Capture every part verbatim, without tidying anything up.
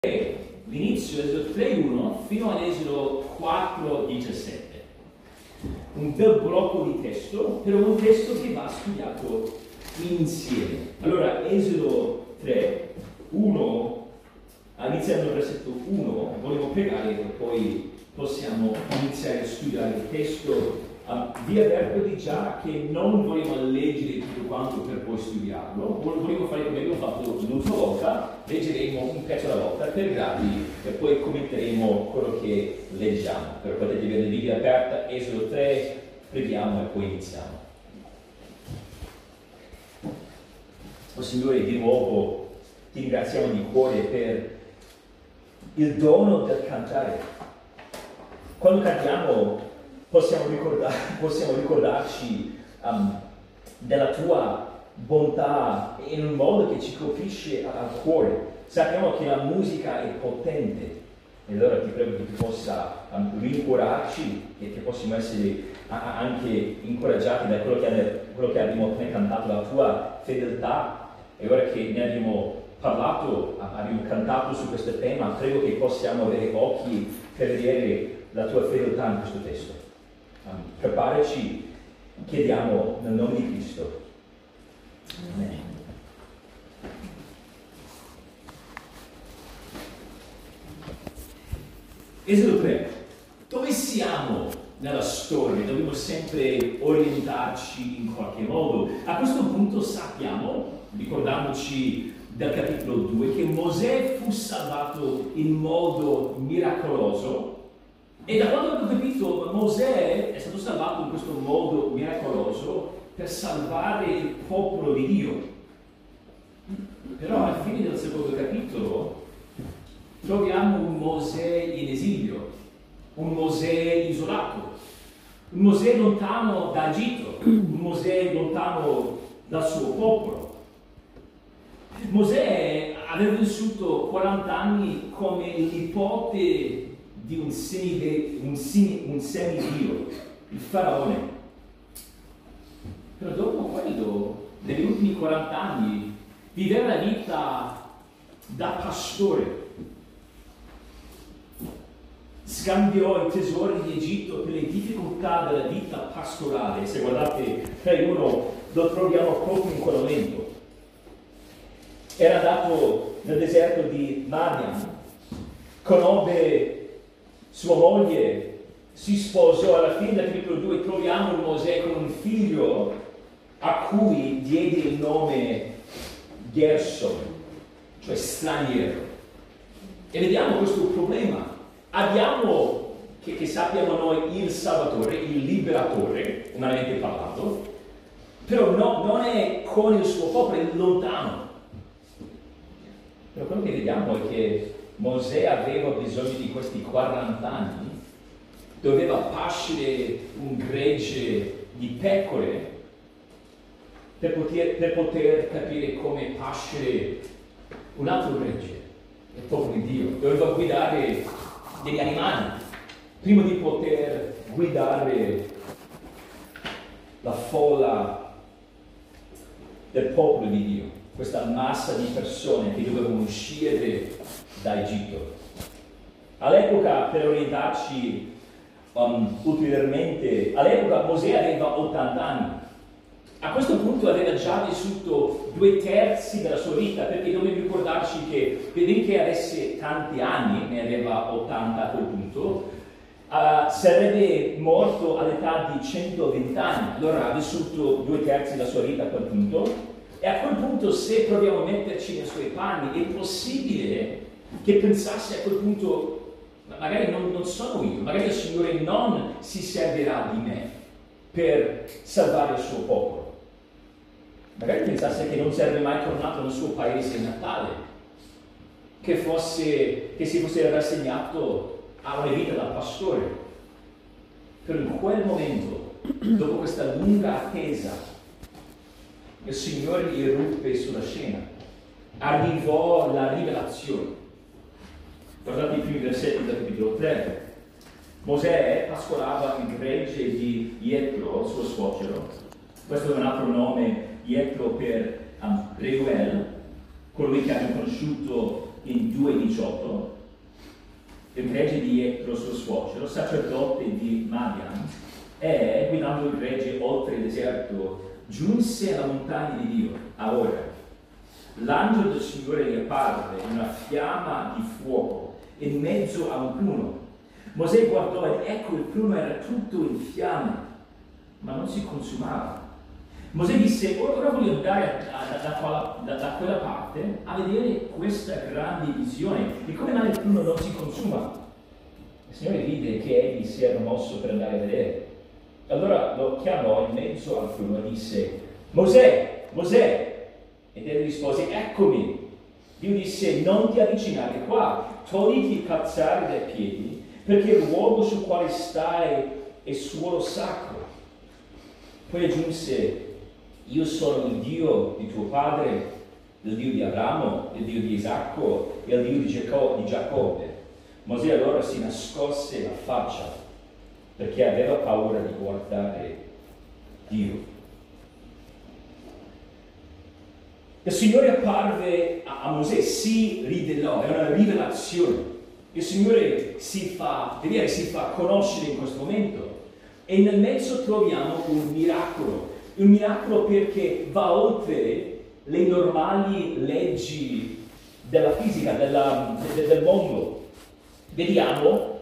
l'inizio Esodo tre uno fino ad Esodo quattro diciassette. Un bel blocco di testo, però un testo che va studiato insieme. Allora, Esodo tre uno, iniziando il versetto uno, volevo pregare e poi possiamo iniziare a studiare il testo. Uh, vi avverto di già che non vogliamo leggere tutto quanto per poi studiarlo, volevo fare come abbiamo fatto l'ultima volta, leggeremo un pezzo alla volta per gradi e poi commenteremo quello che leggiamo. Però potete avere la Bibbia aperta, Esodo tre, preghiamo e poi iniziamo. Oh Signore, di nuovo ti ringraziamo di cuore per il dono del cantare. Quando cantiamo Possiamo, ricordar, possiamo ricordarci um, della tua bontà in un modo che ci colpisce al cuore. Sappiamo che la musica è potente e allora ti prego che tu possa um, rincuorarci e che possiamo essere a, anche incoraggiati da quello che, quello che abbiamo appena cantato, la tua fedeltà. E ora che ne abbiamo parlato, abbiamo cantato su questo tema, prego che possiamo avere occhi per vedere la tua fedeltà in questo testo. Um, preparaci, chiediamo nel nome di Cristo. Amen. Esodo tre. Dove siamo nella storia? Dobbiamo sempre orientarci in qualche modo. A questo punto sappiamo, ricordandoci del capitolo due, che Mosè fu salvato in modo miracoloso. E da quando abbiamo capito, Mosè è stato salvato in questo modo miracoloso per salvare il popolo di Dio. Però alla fine del secondo capitolo troviamo un Mosè in esilio, un Mosè isolato, un Mosè lontano da Egitto, un Mosè lontano dal suo popolo. Mosè aveva vissuto quaranta anni come il nipote di un, semide, un, semi, un semidio, il faraone. Però dopo quello, negli ultimi quaranta anni, viveva la vita da pastore. Scambiò i tesori di Egitto per le difficoltà della vita pastorale. Se guardate tre uno, lo troviamo proprio in quel momento. Era andato nel deserto di Madian, conobbe sua moglie, si sposò. Alla fine del capitolo due troviamo Mosè con un figlio a cui diede il nome Gershom, cioè straniero. E vediamo questo problema. Abbiamo, che, che sappiamo noi, il Salvatore, il Liberatore, umanamente parlato, però no, non è con il suo popolo, è lontano. Però quello che vediamo è che Mosè aveva bisogno di questi quaranta anni, doveva pascere un gregge di pecore per poter, per poter capire come pascere un altro gregge, il popolo di Dio. Doveva guidare degli animali prima di poter guidare la folla del popolo di Dio, questa massa di persone che dovevano uscire da Egitto. All'epoca, per orientarci um, ulteriormente, all'epoca Mosè aveva ottanta anni. A questo punto aveva già vissuto due terzi della sua vita, perché dobbiamo ricordarci che benché avesse tanti anni, ne aveva ottanta a quel punto, uh, sarebbe morto all'età di centoventi anni. Allora ha vissuto due terzi della sua vita a quel punto, e a quel punto, se proviamo a metterci nei suoi panni, è possibile che pensasse a quel punto, magari non, non sono io, magari il Signore non si servirà di me per salvare il suo popolo. Magari pensasse che non sarebbe mai tornato nel suo paese natale, che, fosse, che si fosse rassegnato a una vita da pastore. Però in quel momento, dopo questa lunga attesa, il Signore gli irruppe sulla scena. Arrivò la rivelazione. Guardate i primi versetti del capitolo tre. Mosè pascolava il gregge di Ietro, suo suocero. Questo è un altro nome, Ietro, per um, Reuel, colui che abbiamo conosciuto in due diciotto, il gregge di Jetro suo suocero, sacerdote di Madian, e guidando il gregge oltre il deserto, giunse alla montagna di Dio, a Ora. L'angelo del Signore gli apparve in una fiamma di fuoco in mezzo a un pruno. Mosè guardò ed ecco il pruno era tutto in fiamme, ma non si consumava. Mosè disse: ora voglio andare da, da, da, da quella parte a vedere questa grande visione di come mai il pruno non si consuma. Il Signore vide che egli si era mosso per andare a vedere. Allora lo chiamò in mezzo al pruno e disse: Mosè, Mosè! Ed egli rispose: eccomi. Dio disse: non ti avvicinare qua, togliti il calzare dai piedi, perché il luogo sul quale stai è suolo sacro. Poi aggiunse: io sono il Dio di tuo padre, il Dio di Abramo, il Dio di Isacco e il Dio di, Giaco- di Giacobbe. Mosè allora si nascosse la faccia perché aveva paura di guardare Dio. Il Signore apparve a, a Mosè, si rivelò, è una rivelazione. Il Signore si fa vedere, si fa conoscere in questo momento. E nel mezzo troviamo un miracolo. Un miracolo perché va oltre le normali leggi della fisica, della, de, del mondo. Vediamo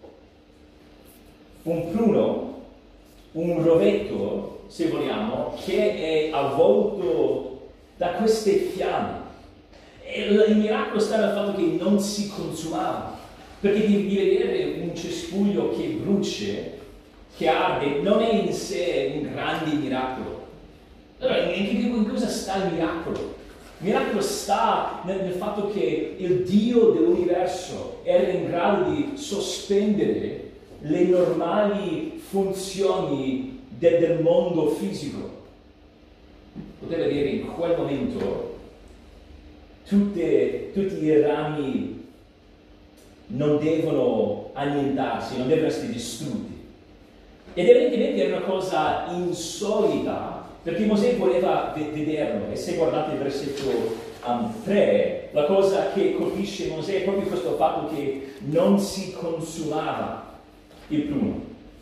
un pruno, un rovetto, se vogliamo, che è avvolto da queste fiamme. E il miracolo sta nel fatto che non si consumava, perché di, di vedere un cespuglio che brucia, che arde, non è in sé un grande miracolo. Allora, in cosa sta il miracolo? Il miracolo sta nel, nel fatto che il Dio dell'universo era in grado di sospendere le normali funzioni de, del mondo fisico. Poteva dire in quel momento tutte, tutti i rami non devono annientarsi, non devono essere distrutti. Ed evidentemente era una cosa insolita, perché Mosè voleva vederlo. E se guardate il versetto um, tre, la cosa che colpisce Mosè è proprio questo fatto che non si consumava il pruno.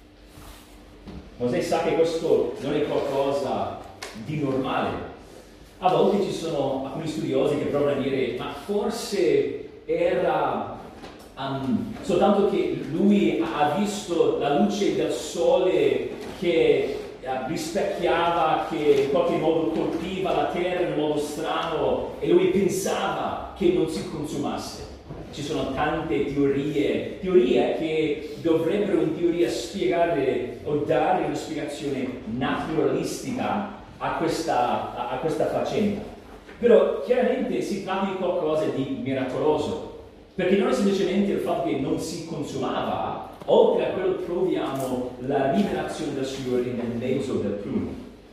Mosè sa che questo non è qualcosa di normale. A volte ci sono alcuni studiosi che provano a dire: ma forse era um, soltanto che lui ha visto la luce del sole che uh, rispecchiava, che in qualche modo colpiva la terra in un modo strano, e lui pensava che non si consumasse. Ci sono tante teorie, teorie che dovrebbero in teoria spiegare o dare una spiegazione naturalistica a questa, a, a questa faccenda. Però chiaramente si tratta di qualcosa di miracoloso, perché non è semplicemente il fatto che non si consumava, oltre a quello troviamo la rivelazione del Signore nel mezzo del pruno.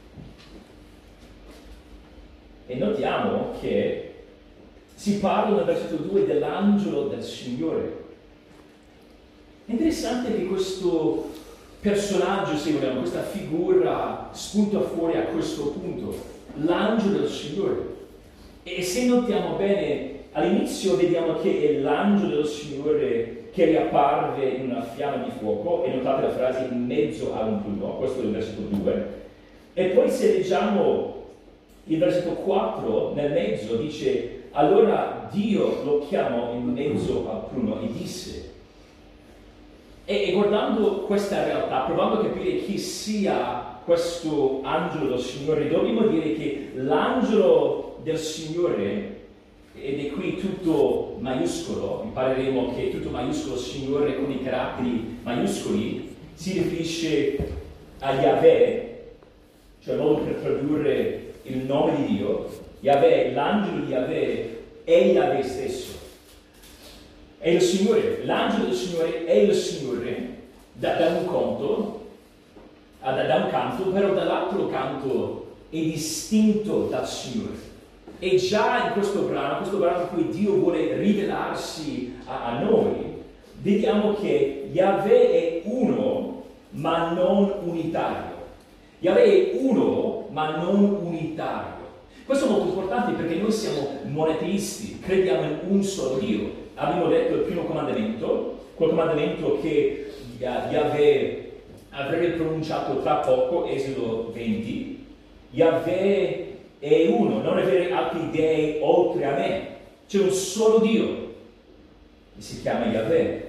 E notiamo che si parla nel versetto due dell'angelo del Signore. È interessante che questo personaggio, se vogliamo, questa figura spunta fuori a questo punto, l'angelo del Signore. E se notiamo bene, all'inizio vediamo che è l'angelo del Signore che riapparve in una fiamma di fuoco, e notate la frase in mezzo a un pruno, questo è il versetto due. E poi se leggiamo il versetto quattro, nel mezzo dice: allora Dio lo chiamò in mezzo al pruno e disse. E, e guardando questa realtà, provando a capire chi sia questo angelo del Signore, dobbiamo dire che l'angelo del Signore, ed è qui tutto maiuscolo, impareremo che tutto maiuscolo Signore con i caratteri maiuscoli, si riferisce a Yahweh, cioè il modo per tradurre il nome di Dio. Yahweh, l'angelo di Yahweh è Yahweh stesso. È il Signore, l'angelo del Signore è il Signore da, da un conto, da, da un canto, però dall'altro canto è distinto dal Signore. E già in questo brano, questo brano in cui Dio vuole rivelarsi a, a noi, vediamo che Yahweh è uno, ma non unitario. Yahweh è uno, ma non unitario. Questo è molto importante perché noi siamo monoteisti, crediamo in un solo Dio. Abbiamo letto il primo comandamento, quel comandamento che Yahweh avrebbe pronunciato tra poco, Esodo venti. Yahweh è uno, non avere altri dei oltre a me. C'è un solo Dio e si chiama Yahweh.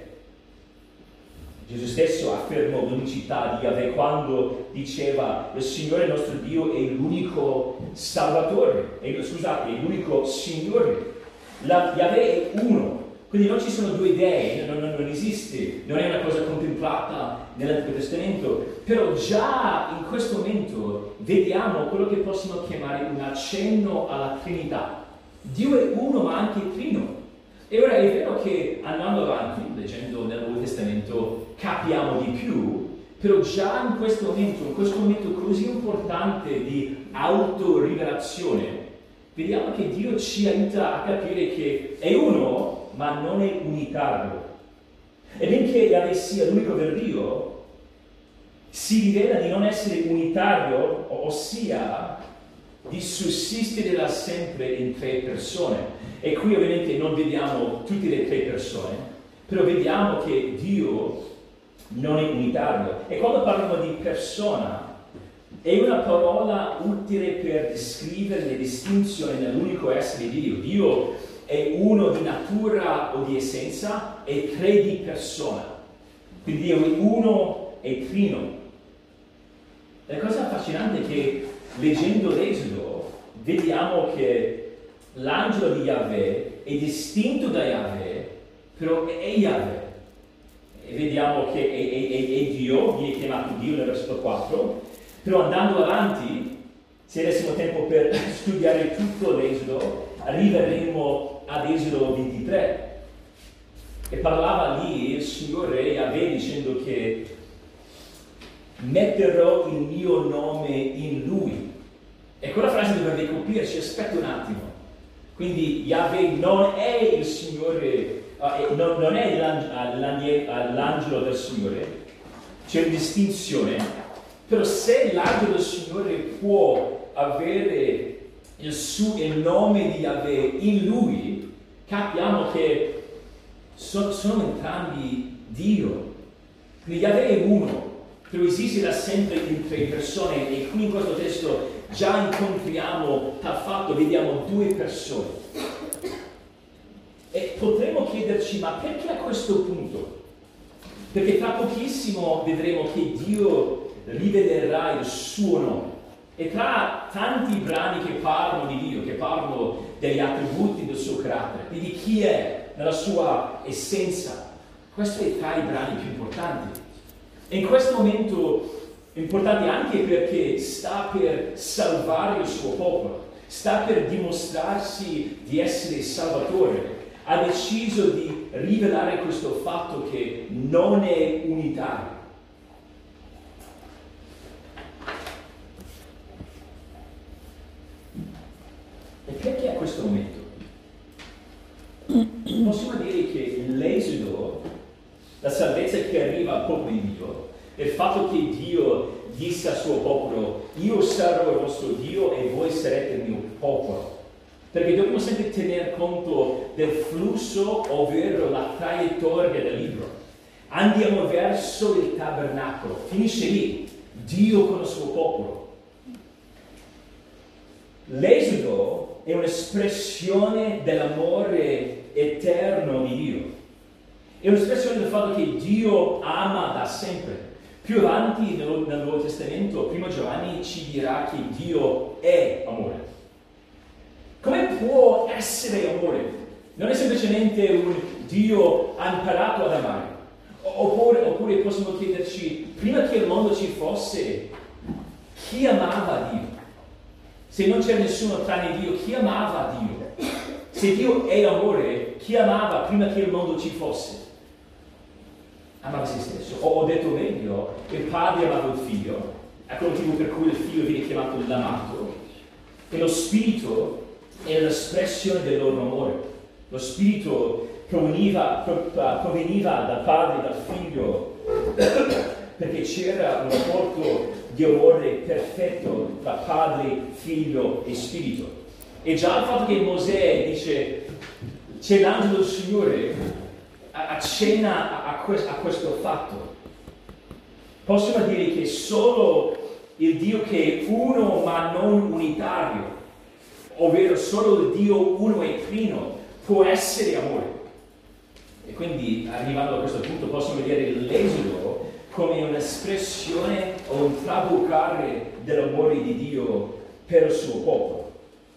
Gesù stesso affermò l'unicità di Yahweh quando diceva il Signore nostro Dio è l'unico Salvatore, è, scusate, è l'unico Signore. La, Yahweh è uno, quindi non ci sono due dei, non, non, non esiste, non è una cosa contemplata nell'Antico Testamento, però già in questo momento vediamo quello che possiamo chiamare un accenno alla Trinità. Dio è uno ma anche trino. E ora è vero che andando avanti, leggendo nel Nuovo Testamento, capiamo di più, però già in questo momento, in questo momento così importante di autorivelazione, vediamo che Dio ci aiuta a capire che è uno, ma non è unitario. E benché Yahweh sia l'unico vero Dio, si rivela di non essere unitario, ossia di sussistere da sempre in tre persone. E qui ovviamente non vediamo tutte le tre persone, però vediamo che Dio non è unitario. E quando parliamo di persona, è una parola utile per descrivere le distinzioni nell'unico essere di Dio. Dio è uno di natura o di essenza e tre di persona. Quindi Dio è uno e trino. La cosa affascinante è che leggendo l'Esodo vediamo che l'angelo di Yahweh è distinto da Yahweh, però è Yahweh. E vediamo che è, è, è, è Dio, viene chiamato Dio nel versetto quattro, però andando avanti, se avessimo tempo per studiare tutto l'Esodo, arriveremo ad Esodo ventitré. E parlava lì il Signore Yahweh dicendo che metterò il mio nome in lui. E quella frase dovrebbe colpirci, aspetta un attimo. Quindi Yahweh non è il Signore, uh, non, non è l'angelo del Signore, c'è una distinzione, però se l'angelo del Signore può avere il, suo, il nome di Yahweh in lui, capiamo che so, sono entrambi Dio. Quindi Yahweh è uno, però esiste da sempre in tre persone e qui in questo testo già incontriamo tal fatto, vediamo due persone. E potremmo chiederci, ma perché a questo punto? Perché tra pochissimo vedremo che Dio rivelerà il suo nome. E tra tanti brani che parlano di Dio, che parlano degli attributi del suo carattere, di chi è nella sua essenza, questo è tra i brani più importanti. E in questo momento importante anche perché sta per salvare il suo popolo, sta per dimostrarsi di essere salvatore, ha deciso di rivelare questo fatto che non è unitario. E perché a questo momento? Possiamo dire che l'Esodo, la salvezza che arriva al popolo di Dio, il fatto che Dio disse al suo popolo, io sarò il vostro Dio e voi sarete il mio popolo. Perché dobbiamo sempre tenere conto del flusso, ovvero la traiettoria del libro. Andiamo verso il tabernacolo, finisce lì, Dio con il suo popolo. L'Esodo è un'espressione dell'amore eterno di Dio. È un'espressione del fatto che Dio ama da sempre. Più avanti nel, nel Nuovo Testamento, primo Giovanni ci dirà che Dio è amore. Come può essere amore? Non è semplicemente un Dio ha imparato ad amare. Oppure, oppure possiamo chiederci, prima che il mondo ci fosse, chi amava Dio? Se non c'è nessuno tranne Dio, chi amava Dio? Se Dio è amore, chi amava prima che il mondo ci fosse? Amava se stesso. O ho detto meglio, il padre amava il figlio, ecco il motivo per cui il figlio viene chiamato l'amato, e lo spirito è l'espressione del loro amore. Lo spirito proveniva, proveniva dal padre e dal figlio perché c'era un rapporto di amore perfetto tra padre, figlio e spirito. E già il fatto che Mosè dice c'è l'angelo del Signore accenna a, a, a questo fatto. Possiamo dire che solo il Dio che è uno ma non unitario, ovvero solo il Dio uno e trino, può essere amore. E quindi, arrivando a questo punto, possiamo vedere l'Esodo come un'espressione o un traboccare dell'amore di Dio per il suo popolo.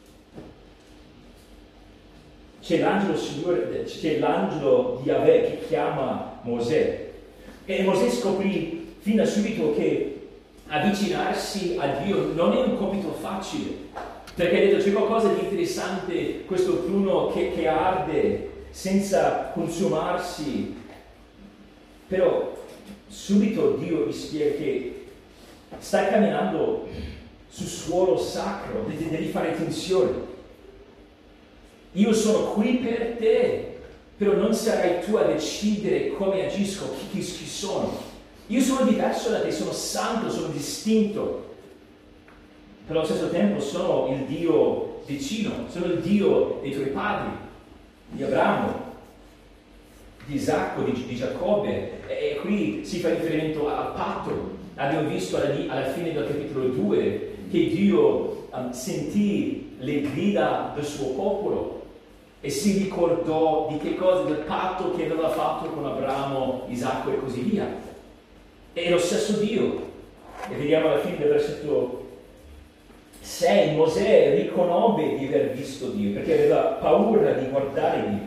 C'è l'angelo, Signore, c'è l'angelo di Yahweh che chiama Mosè. E Mosè scoprì fin da subito che avvicinarsi a Dio non è un compito facile, perché ha detto c'è qualcosa di interessante, questo pruno che, che arde senza consumarsi. Però subito Dio vi spiega che stai camminando su suolo sacro, devi, devi fare attenzione. Io sono qui per te, però non sarai tu a decidere come agisco, chi, chi, chi sono. Io sono diverso da te, sono santo, sono distinto, però allo stesso tempo sono il Dio vicino, sono il Dio dei tuoi padri, di Abramo, di Isacco, di, di Giacobbe, e, e qui si fa riferimento al patto. Abbiamo visto alla, alla fine del capitolo due che Dio um, sentì le grida del suo popolo e si ricordò di che cosa, del patto che aveva fatto con Abramo, Isacco e così via. È lo stesso Dio. E vediamo alla fine del versetto sei, Mosè riconobbe di aver visto Dio, perché aveva paura di guardare Dio.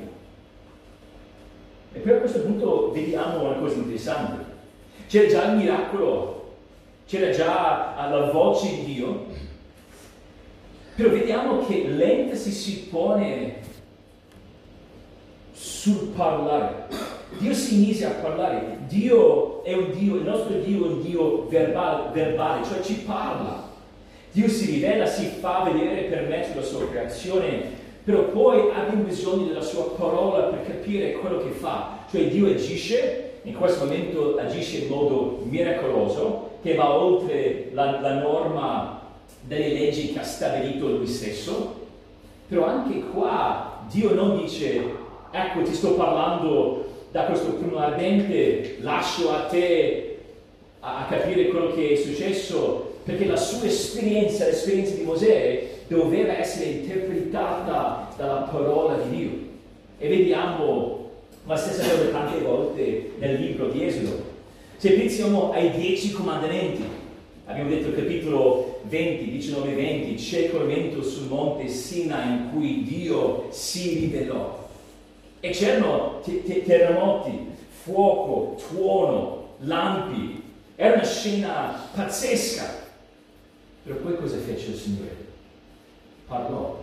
E poi a questo punto vediamo una cosa interessante. C'era già il miracolo, c'era già la voce di Dio, però vediamo che l'enfasi si pone sul parlare. Dio si mise a parlare. Dio è un Dio, il nostro Dio è un Dio verbale, verbale, cioè ci parla. Dio si rivela, si fa vedere per mezzo della sua creazione, però poi abbiamo bisogno della sua parola per capire quello che fa. Cioè Dio agisce, in questo momento agisce in modo miracoloso, che va oltre la, la norma delle leggi che ha stabilito lui stesso, però anche qua Dio non dice, ecco ti sto parlando da questo pruno ardente, lascio a te a, a capire quello che è successo, perché la sua esperienza, l'esperienza di Mosè, doveva essere interpretata dalla parola di Dio. E vediamo la stessa cosa tante volte nel libro di Esodo. Se pensiamo ai dieci comandamenti, abbiamo detto il capitolo venti, diciannove venti, c'è quel momento sul monte Sina in cui Dio si rivelò. E c'erano te- te- terremoti, fuoco, tuono, lampi. Era una scena pazzesca. Però poi cosa fece il Signore? Parlò.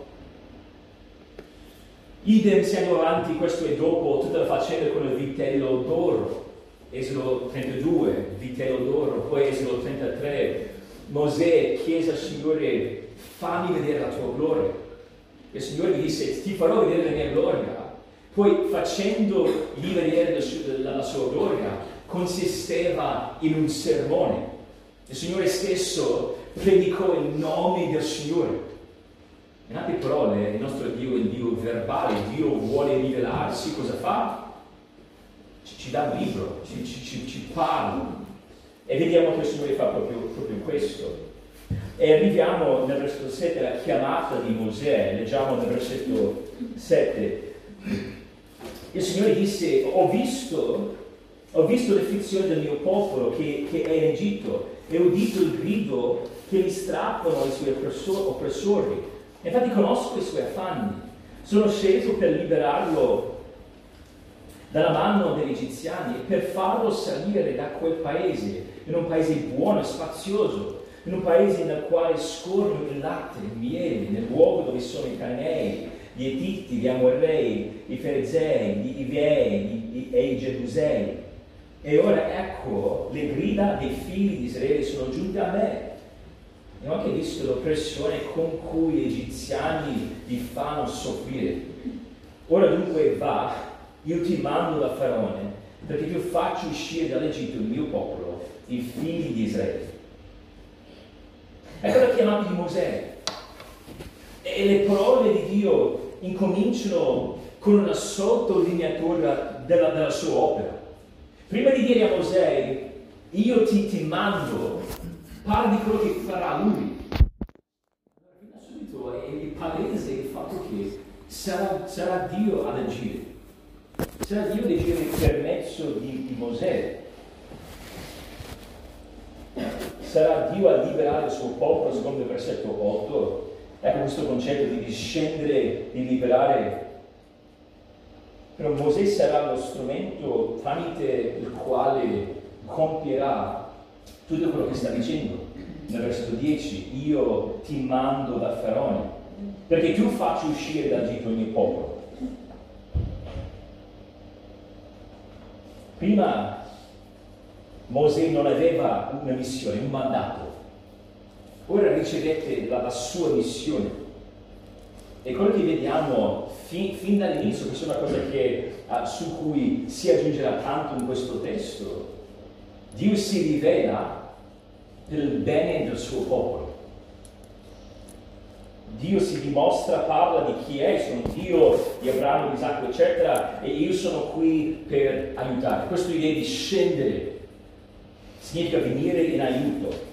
Idem, se andiamo avanti, questo è dopo tutta la faccenda con il vitello d'oro. Esodo trentadue, vitello d'oro, poi Esodo trentatré. Mosè chiese al Signore, fammi vedere la tua gloria. E il Signore gli disse, ti farò vedere la mia gloria. Poi facendogli vedere la sua gloria, consisteva in un sermone. Il Signore stesso predicò il nome del Signore. In altre parole, il nostro Dio è il Dio verbale, Dio vuole rivelarsi, cosa fa? Ci, ci dà un libro, ci, ci, ci, ci parla. E vediamo che il Signore fa proprio, proprio questo. E arriviamo nel versetto sette alla chiamata di Mosè, leggiamo nel versetto sette. Il Signore disse, ho visto, ho visto l'afflizione del mio popolo che, che è in Egitto e ho udito il grido che mi strappano i suoi oppressori. Infatti conosco i suoi affanni. Sono sceso per liberarlo dalla mano degli egiziani e per farlo salire da quel paese, in un paese buono e spazioso, in un paese nel quale scorrono il latte e il miele, nel luogo dove sono i Cananei, gli Etiti, gli Amorrei, i Ferezei, gli Ivei e i Gebusei. E ora ecco, le grida dei figli di Israele sono giunte a me. E ho anche visto l'oppressione con cui gli egiziani vi fanno soffrire. Ora dunque va, io ti mando da Faraone, perché io faccio uscire dall'Egitto il mio popolo, i figli di Israele. Ecco la chiamata di Mosè. E, E le parole di Dio incominciano con una sottolineatura della, della sua opera. Prima di dire a Mosè, io ti, ti mando, parla di quello che farà lui. Allora, subito è palese il fatto che sarà, sarà Dio ad agire. Sarà Dio ad agire per mezzo di, di Mosè. Sarà Dio a liberare il suo popolo, secondo il versetto otto. Ecco questo concetto di discendere, di liberare. Però Mosè sarà lo strumento tramite il quale compierà tutto quello che sta dicendo. Nel versetto dieci, io ti mando da Faraone, perché tu faccia uscire dall'Egitto il mio popolo. Prima Mosè non aveva una missione, un mandato. Ora ricevette la, la sua missione. E quello che vediamo fin, fin dall'inizio, questa è una cosa che, uh, su cui si aggiungerà tanto in questo testo, Dio si rivela per il bene del suo popolo. Dio si dimostra, parla di chi è, sono Dio di Abramo, di Isacco, eccetera, e io sono qui per aiutare. Questa idea di scendere significa venire in aiuto.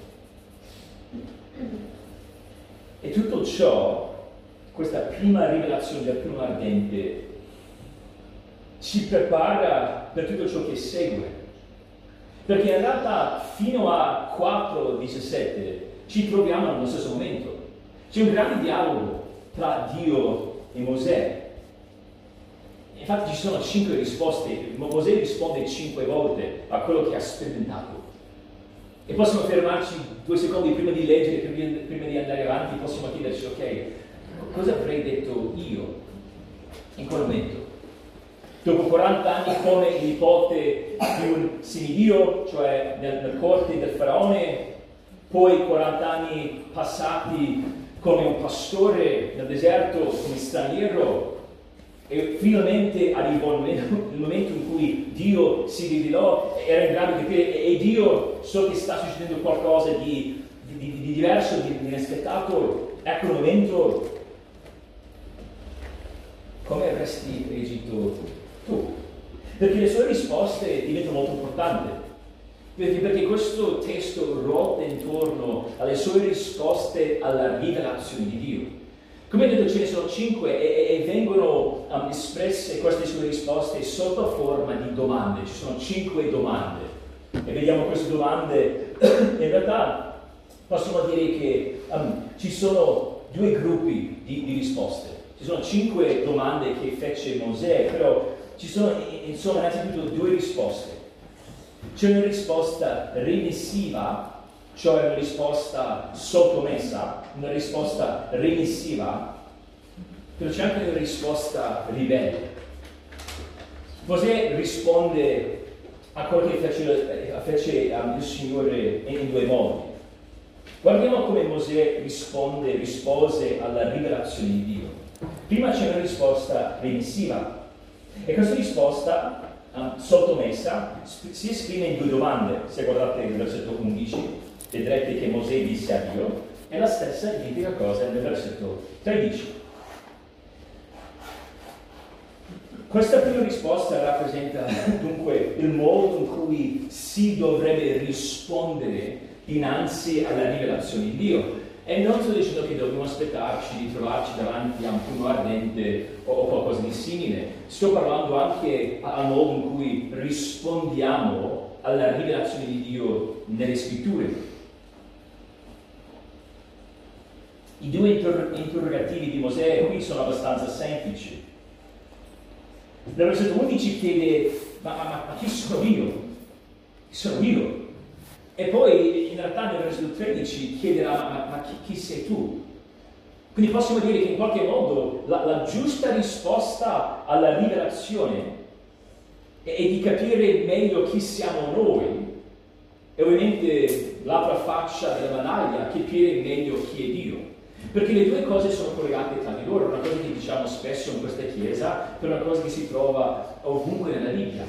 E tutto ciò, questa prima rivelazione del primo ardente, ci prepara per tutto ciò che segue. Perché in realtà fino a quattro diciassette ci troviamo nello stesso momento. C'è un grande dialogo tra Dio e Mosè. Infatti ci sono cinque risposte. Mosè risponde cinque volte a quello che ha sperimentato. E possiamo fermarci due secondi prima di leggere, prima di andare avanti, possiamo chiederci, ok, cosa avrei detto io in quel momento? Dopo quaranta anni come nipote di un semidio, cioè nel, nel corte del faraone, poi quaranta anni passati come un pastore nel deserto, come straniero, e finalmente arrivò il momento, il momento in cui Dio si rivelò, era in grado di capire, e Dio, so che sta succedendo qualcosa di, di, di diverso, di, di inaspettato, ecco il momento, come avresti reagito tu? Perché le sue risposte diventano molto importanti, perché, perché questo testo ruota intorno alle sue risposte alla rivelazione di Dio. Come detto, ce ne sono cinque e, e vengono um, espresse queste sue risposte sotto forma di domande. Ci sono cinque domande e vediamo queste domande. In realtà possiamo dire che um, ci sono due gruppi di, di risposte. Ci sono cinque domande che fece Mosè, però ci sono insomma innanzitutto due risposte. C'è una risposta remissiva, cioè una risposta sottomessa, una risposta remissiva, però c'è anche una risposta ribelle. Mosè risponde a quello che fece, fece um, il Signore in due modi. Guardiamo come Mosè risponde, rispose alla rivelazione di Dio. Prima c'è una risposta remissiva, e questa risposta um, sottomessa si esprime in due domande. Se guardate il versetto undici, vedrete che Mosè disse a Dio, e la stessa identica cosa nel versetto tredici. Questa prima risposta rappresenta dunque il modo in cui si dovrebbe rispondere dinanzi alla rivelazione di Dio. E non sto dicendo che dobbiamo aspettarci di trovarci davanti a un fumo ardente o, o qualcosa di simile. Sto parlando anche al modo in cui rispondiamo alla rivelazione di Dio nelle scritture. I due inter- interrogativi di Mosè qui sono abbastanza semplici. Nel versetto undici chiede, ma, ma, ma chi sono io? Chi sono io? E poi in realtà nel versetto tredici chiederà, ma, ma chi, chi sei tu? Quindi possiamo dire che in qualche modo la, la giusta risposta alla rivelazione è, è di capire meglio chi siamo noi, e ovviamente l'altra faccia della medaglia, capire meglio chi è Dio. Perché le due cose sono collegate tra di loro, una cosa che diciamo spesso in questa chiesa, per una cosa che si trova ovunque nella Bibbia.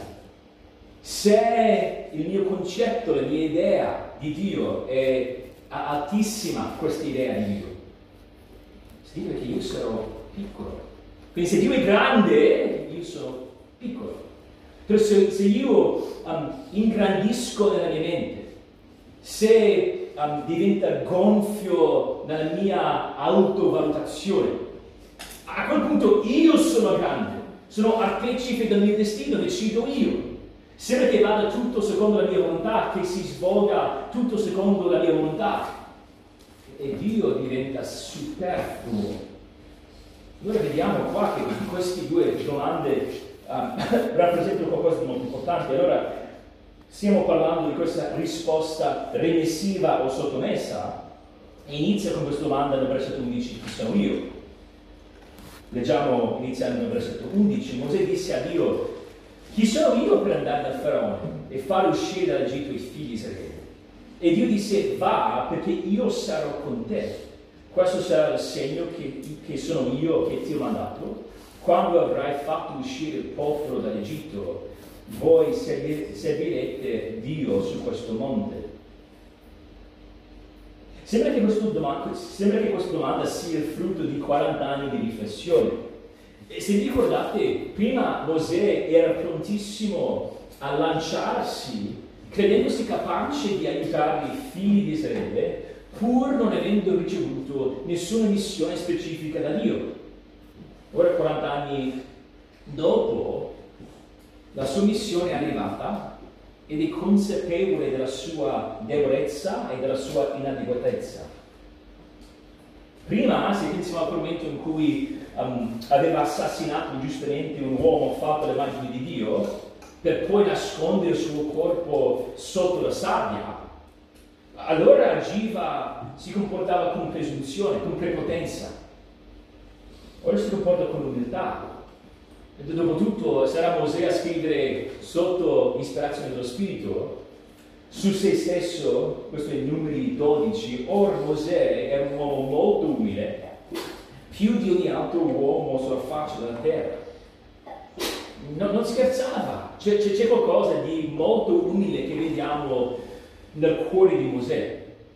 Se il mio concetto, la mia idea di Dio è altissima, questa idea di Dio, significa che io sarò piccolo. Quindi se Dio è grande, io sono piccolo. Però se, se io um, ingrandisco nella mia mente, se um, diventa gonfio nella mia autovalutazione, a quel punto io sono grande, sono artefice del mio destino, decido io. Sembra che vada tutto secondo la mia volontà, che si svolga tutto secondo la mia volontà. E Dio diventa superfluo. Allora vediamo qua che queste due domande um, rappresentano qualcosa di molto importante. Allora, stiamo parlando di questa risposta remissiva o sottomessa, e inizia con questa domanda nel versetto undici: chi sono io? Leggiamo iniziando nel versetto undici. Mosè disse a Dio: chi sono io per andare dal Faraone e fare uscire dall'Egitto i figli di Israele? E Dio disse: va, perché io sarò con te. Questo sarà il segno che, che sono io che ti ho mandato. Quando avrai fatto uscire il popolo dall'Egitto, voi servire, servirete Dio su questo monte. Sembra che, questo domanda, sembra che questa domanda sia il frutto di quaranta anni di riflessione. E se vi ricordate, prima Mosè era prontissimo a lanciarsi, credendosi capace di aiutare i figli di Israele, pur non avendo ricevuto nessuna missione specifica da Dio. Ora, quaranta anni dopo, la sua missione è arrivata ed è consapevole della sua debolezza e della sua inadeguatezza. Prima, se pensiamo al momento in cui um, aveva assassinato giustamente un uomo fatto all'immagine di Dio, per poi nascondere il suo corpo sotto la sabbia, allora agiva, si comportava con presunzione, con prepotenza. Ora si comporta con umiltà. E dopotutto sarà Mosè a scrivere sotto ispirazione dello Spirito su se stesso, questo è numeri dodici, or Mosè era un uomo molto umile, più di ogni altro uomo sulla faccia della terra. No, non scherzava, c'è, c'è, c'è qualcosa di molto umile che vediamo nel cuore di Mosè.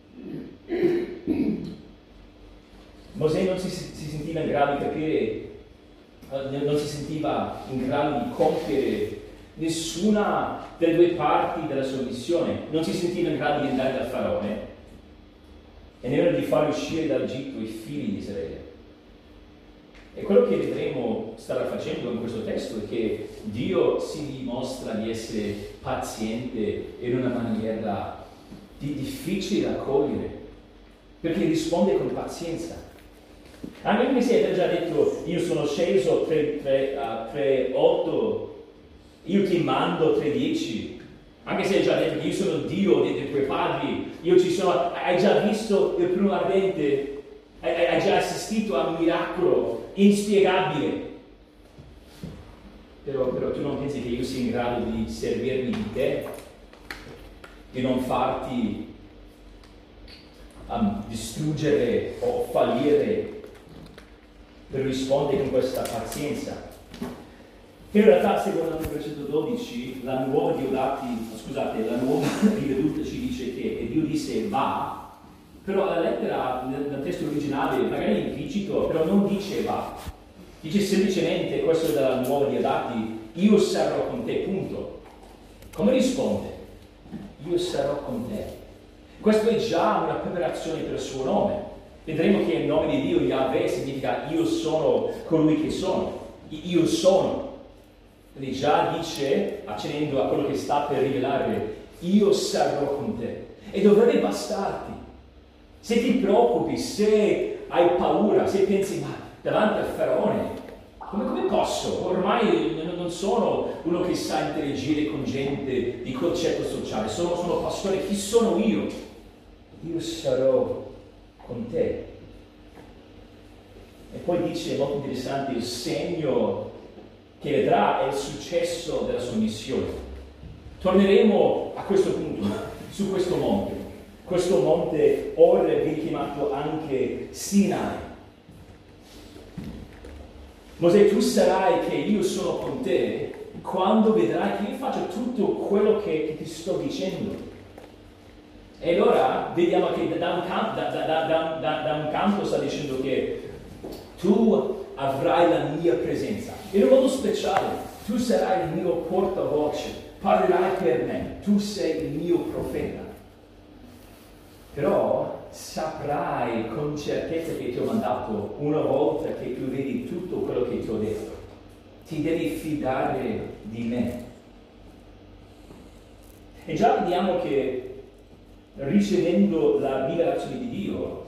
Mosè non si, si sentiva in grado di capire, non si sentiva in grado di compiere nessuna delle due parti della sua missione, non si sentiva in grado di andare dal Faraone e nemmeno di far uscire dall'Egitto i figli di Israele. E quello che vedremo starà facendo in questo testo è che Dio si dimostra di essere paziente in una maniera di difficile da cogliere, perché risponde con pazienza. Anche se aveva già detto: io sono sceso tre otto, io ti mando tre dieci, anche se hai già detto che io sono Dio dei, dei tuoi padri, io ci sono, hai già visto il primo ardente, hai, hai già assistito a un miracolo inspiegabile, però, però tu non pensi che io sia in grado di servirmi di te, di non farti um, distruggere o fallire per rispondere con questa pazienza? In realtà, secondo il versetto dodici, la nuova Diodati, scusate, la nuova riveduta ci dice che Dio disse va, però la lettera nel, nel testo originale magari è implicito, però non dice va, dice semplicemente, questo della nuova Diodati, io sarò con te, punto. Come risponde? Io sarò con te. Questo è già una preparazione per il suo nome. Vedremo che il nome di Dio, Yahweh, significa io sono colui che sono, io sono. Quindi già dice, accennendo a quello che sta per rivelare, io sarò con te. E dovrebbe bastarti. Se ti preoccupi, se hai paura, se pensi, ma davanti al Faraone, come, come posso? Ormai non sono uno che sa interagire con gente di concetto sociale, sono, sono pastore, chi sono io? Io sarò con te. E poi dice, molto interessante, il segno che vedrà è il successo della sua missione. Torneremo a questo punto, su questo monte. Questo monte ora viene chiamato anche Sinai. Mosè, tu sarai che io sono con te quando vedrai che io faccio tutto quello che, che ti sto dicendo. E allora vediamo che da un, campo, da, da, da, da, da un canto sta dicendo che tu avrai la mia presenza. In un modo speciale, tu sarai il mio portavoce, parlerai per me, tu sei il mio profeta. Però saprai con certezza che ti ho mandato una volta che tu vedi tutto quello che ti ho detto. Ti devi fidare di me. E già vediamo che ricevendo la rivelazione di Dio,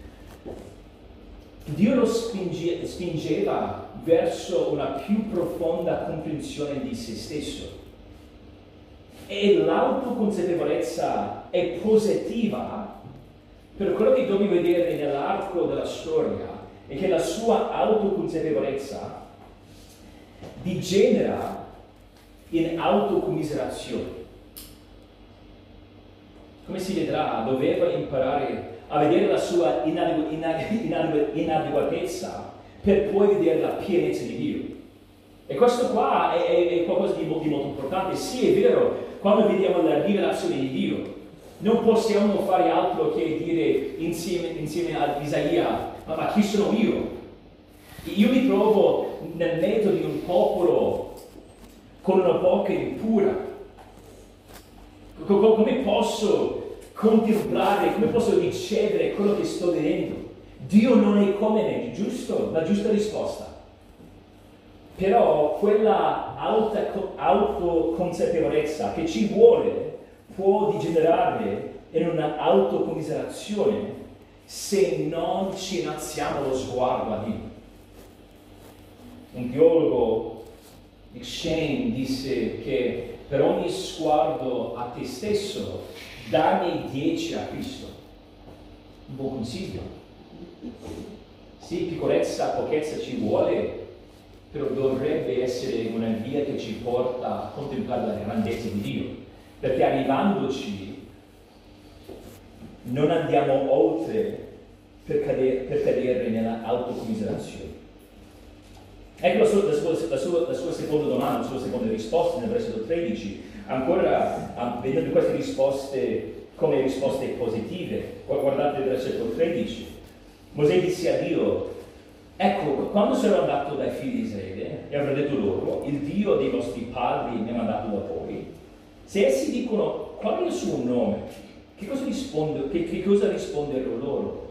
Dio lo spinge, spingeva verso una più profonda comprensione di se stesso. E l'autoconsapevolezza è positiva per quello che dobbiamo vedere nell'arco della storia, è che la sua autoconsapevolezza degenera in autocommiserazione. Come si vedrà, doveva imparare a vedere la sua inadegu- inadegu- inadegu- inadeguatezza per poi vedere la pienezza di Dio. E questo qua è, è, è qualcosa di molto, di molto importante. Sì, è vero, quando vediamo la rivelazione di Dio, non possiamo fare altro che dire insieme, insieme ad Isaia, ma, ma chi sono io? Io mi trovo nel mezzo di un popolo con una bocca impura. Come posso contemplare, come posso ricevere quello che sto vedendo? Dio non è come me, giusto? La giusta risposta. Però quella alta autoconsapevolezza che ci vuole può degenerare in una autocommiserazione se non ci innalziamo lo sguardo a Dio. Un teologo, Dick Shane, disse che per ogni sguardo a te stesso, darne dieci a Cristo. Un buon consiglio. Sì, piccolezza, pochezza ci vuole, però dovrebbe essere una via che ci porta a contemplare la grandezza di Dio. Perché arrivandoci non andiamo oltre per cadere, per cadere nella autocommiserazione. Ecco la sua, la, sua, la, sua, la sua seconda domanda, la sua seconda risposta nel versetto tredici. Ancora ah, vedendo queste risposte come risposte positive, guardate il versetto tredici. Mosè disse a Dio: ecco, quando sarò andato dai figli di Israele e avrò detto loro, il Dio dei vostri padri mi ha mandato da voi, se essi dicono qual è il suo nome, che cosa, rispondo, che, che cosa risponderò loro?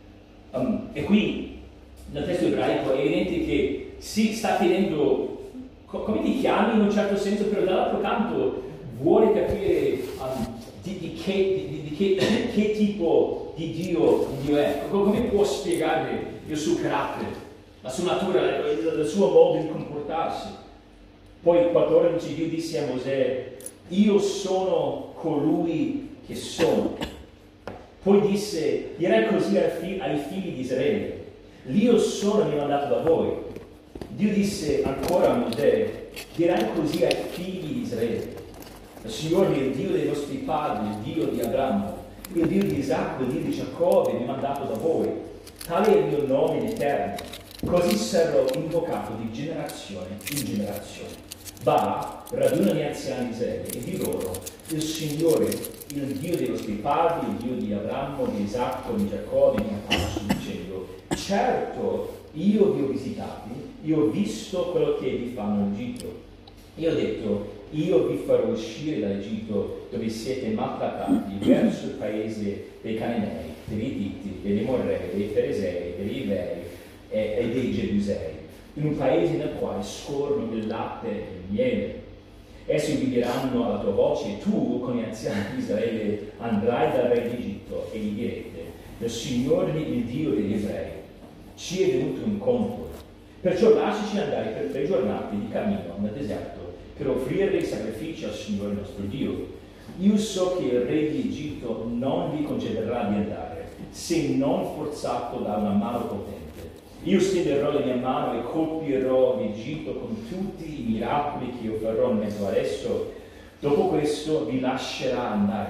Um, e qui nel testo ebraico è evidente che si sta chiedendo co- come ti chiami in un certo senso, però dall'altro canto vuole capire um, di, di, che, di, di che, che tipo di Dio, di Dio è, come può spiegare il suo carattere, la sua natura, il, il suo modo di comportarsi. Poi quattordici Dio disse a Mosè: io sono colui che sono. Poi disse, dirai così ai figli, ai figli di Israele: l'io sono mi ha mandato da voi. Dio disse ancora a Mosè: dirai così ai figli di Israele: il Signore è il Dio dei vostri padri, il Dio di Abramo, il Dio di Isacco, il Dio di Giacobbe mi ha mandato da voi. Tale è il mio nome in eterno, così sarò invocato di generazione in generazione. Va, raduna gli anziani di Israele e di loro: il Signore, il Dio dei vostri padri, il Dio di Abramo, di Isacco, di Giacobbe, mi ha fatto dicendo: certo, io vi ho visitati, io ho visto quello che vi fanno in Egitto. Io ho detto: io vi farò uscire dall'Egitto dove siete maltrattati verso il paese dei Cananei, degli Ittiti, degli Amorrei, dei Feresei, degli Ivei e, e dei Gebusei, in un paese nel quale scorrono il latte e il miele. Essi ubbidieranno alla tua voce e tu, con gli anziani di Israele, andrai dal re di Egitto e gli direte: il Signore, il Dio degli Ebrei, ci è venuto incontro. Perciò lasciaci andare per tre giornate di cammino nel deserto per offrire dei sacrifici al Signore nostro Dio. Io so che il re di Egitto non vi concederà di andare, se non forzato da una mano potente. Io stenderò la mia mano e colpirò l'Egitto con tutti i miracoli che io farò in mezzo ad esso. Dopo questo vi lascerà andare.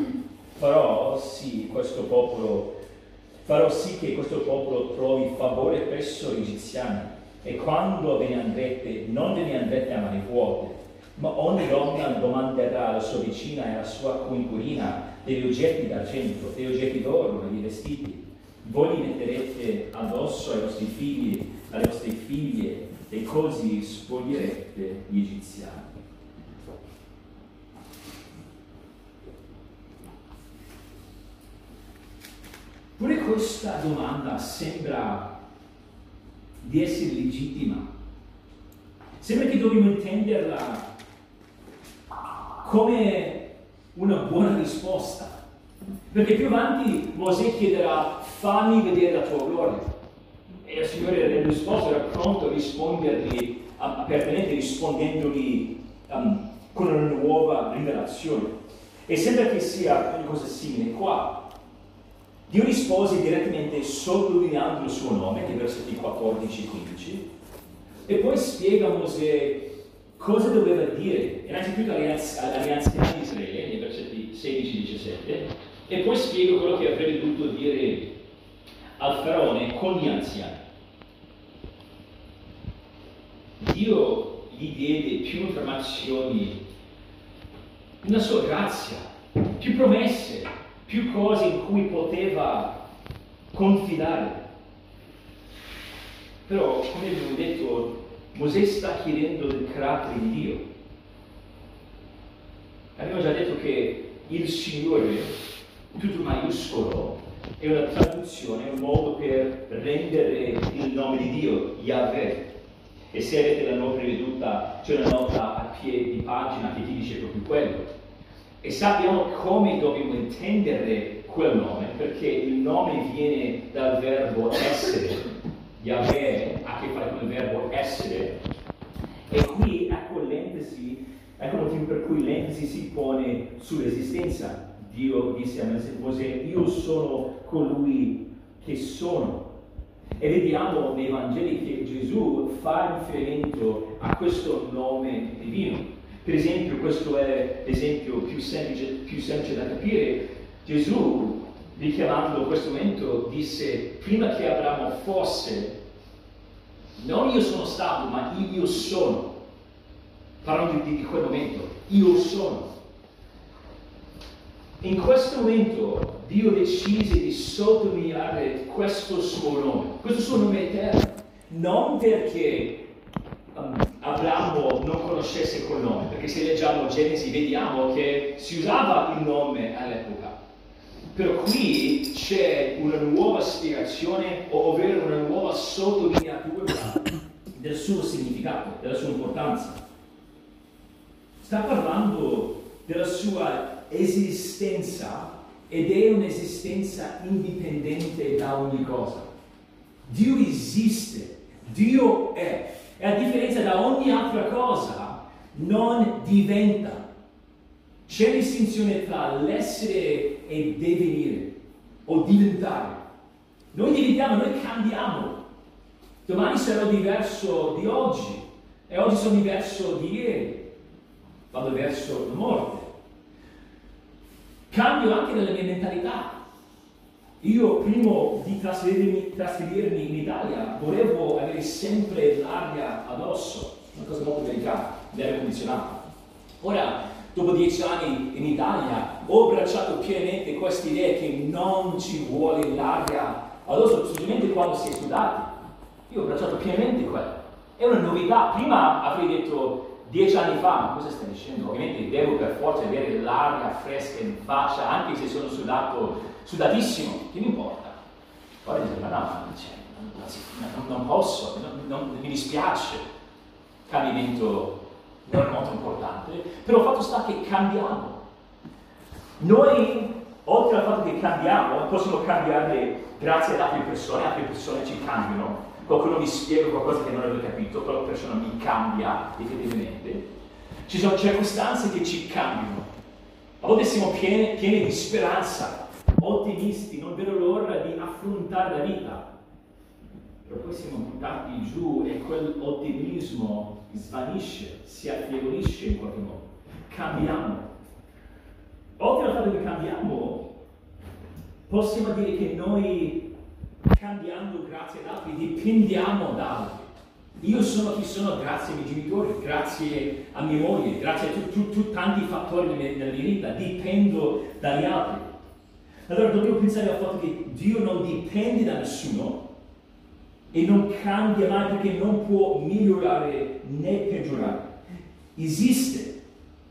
Farò sì, questo popolo, farò sì che questo popolo trovi favore presso gli egiziani. E quando ve ne andrete, non ve ne andrete a mani vuote, ma ogni donna domanderà alla sua vicina e alla sua coinquilina degli oggetti d'argento, degli oggetti d'oro, degli vestiti. voi li metterete addosso ai vostri figli, alle vostre figlie, e così spoglierete gli egiziani. Pure questa domanda sembra di essere legittima. Sembra che dobbiamo intenderla come una buona risposta. Perché più avanti Mosè chiederà: fammi vedere la tua gloria. E il Signore nella risposta era pronto a rispondergli, apertamente rispondendogli um, con una nuova rivelazione. E sembra che sia una cosa simile qua. Dio rispose direttamente sottolineando il suo nome, nei versetti quattordici e quindici, e poi spiega a Mosè cosa doveva dire, innanzitutto agli anziani di Israele, nei versetti sedici e diciassette, e poi spiega quello che avrebbe dovuto dire al faraone con gli anziani. Dio gli diede più informazioni, una sua grazia, più promesse, più cose in cui poteva confidare. Però, come abbiamo detto, Mosè sta chiedendo il carattere di Dio. Abbiamo già detto che il Signore, tutto maiuscolo, è una traduzione, è un modo per rendere il nome di Dio, Yahweh. E se avete la nota riveduta, c'è una nota a piedi di pagina che ti dice proprio quello. E sappiamo come dobbiamo intendere quel nome, perché il nome viene dal verbo essere. Yahweh ha a che fare con il verbo essere. E qui ecco l'enfasi, ecco il motivo per cui l'enfasi si pone sull'esistenza. Dio disse a Mosè: io sono colui che sono. E vediamo nei Vangeli che Gesù fa riferimento a questo nome divino. Per esempio, questo è l'esempio più semplice, più semplice da capire. Gesù, richiamando questo momento, disse: prima che Abramo fosse, non io sono stato, ma io sono. Parlando di, di quel momento, io sono. In questo momento Dio decise di sottolineare questo suo nome, questo suo nome eterno, non perché um, Abramo non conoscesse quel nome, perché se leggiamo Genesi vediamo che si usava il nome all'epoca. Però qui c'è una nuova spiegazione, ovvero una nuova sottolineatura del suo significato, della sua importanza. Sta parlando della sua esistenza, ed è un'esistenza indipendente da ogni cosa. Dio esiste, Dio è, e a differenza da ogni altra cosa non diventa. C'è distinzione tra l'essere e divenire o diventare. Noi diventiamo, noi cambiamo. Domani sarò diverso di oggi e oggi sono diverso di ieri. Vado verso la morte. Cambio anche nella mia mentalità. Io, prima di trasferirmi, trasferirmi in Italia, volevo avere sempre l'aria addosso, una cosa molto delicata, l'aria condizionata. Ora, dopo dieci anni in Italia, ho abbracciato pienamente questa idea che non ci vuole l'aria addosso, specialmente quando si è sudati. Io ho abbracciato pienamente quello. È una novità. Prima avrei detto, dieci anni fa, ma cosa stai dicendo? Ovviamente devo per forza avere l'aria fresca in faccia, anche se sono sudato, sudatissimo, che mi importa? Poi dice, ma no, cioè, non, non posso, non, non, mi dispiace. Cambiamento non è molto importante, però il fatto sta che cambiamo. Noi, oltre al fatto che cambiamo, possiamo cambiare grazie ad altre persone, altre persone ci cambiano. Qualcuno mi spiega qualcosa che non avevo capito, quella persona mi cambia effettivamente. Ci sono circostanze che ci cambiano. A volte siamo pieni, pieni di speranza, ottimisti, non vedo l'ora di affrontare la vita. Però poi siamo buttati giù e quell'ottimismo svanisce, si affievolisce in qualche modo. Cambiamo. Oltre al fatto che cambiamo, possiamo dire che noi, cambiando grazie ad altri, dipendiamo da altri. Io sono chi sono grazie ai miei genitori, grazie a mia moglie, grazie a tu, tu, tu, tanti fattori nella mia vita, dipendo dagli altri. Allora dobbiamo pensare al fatto che Dio non dipende da nessuno e non cambia mai perché non può migliorare né peggiorare. Esiste.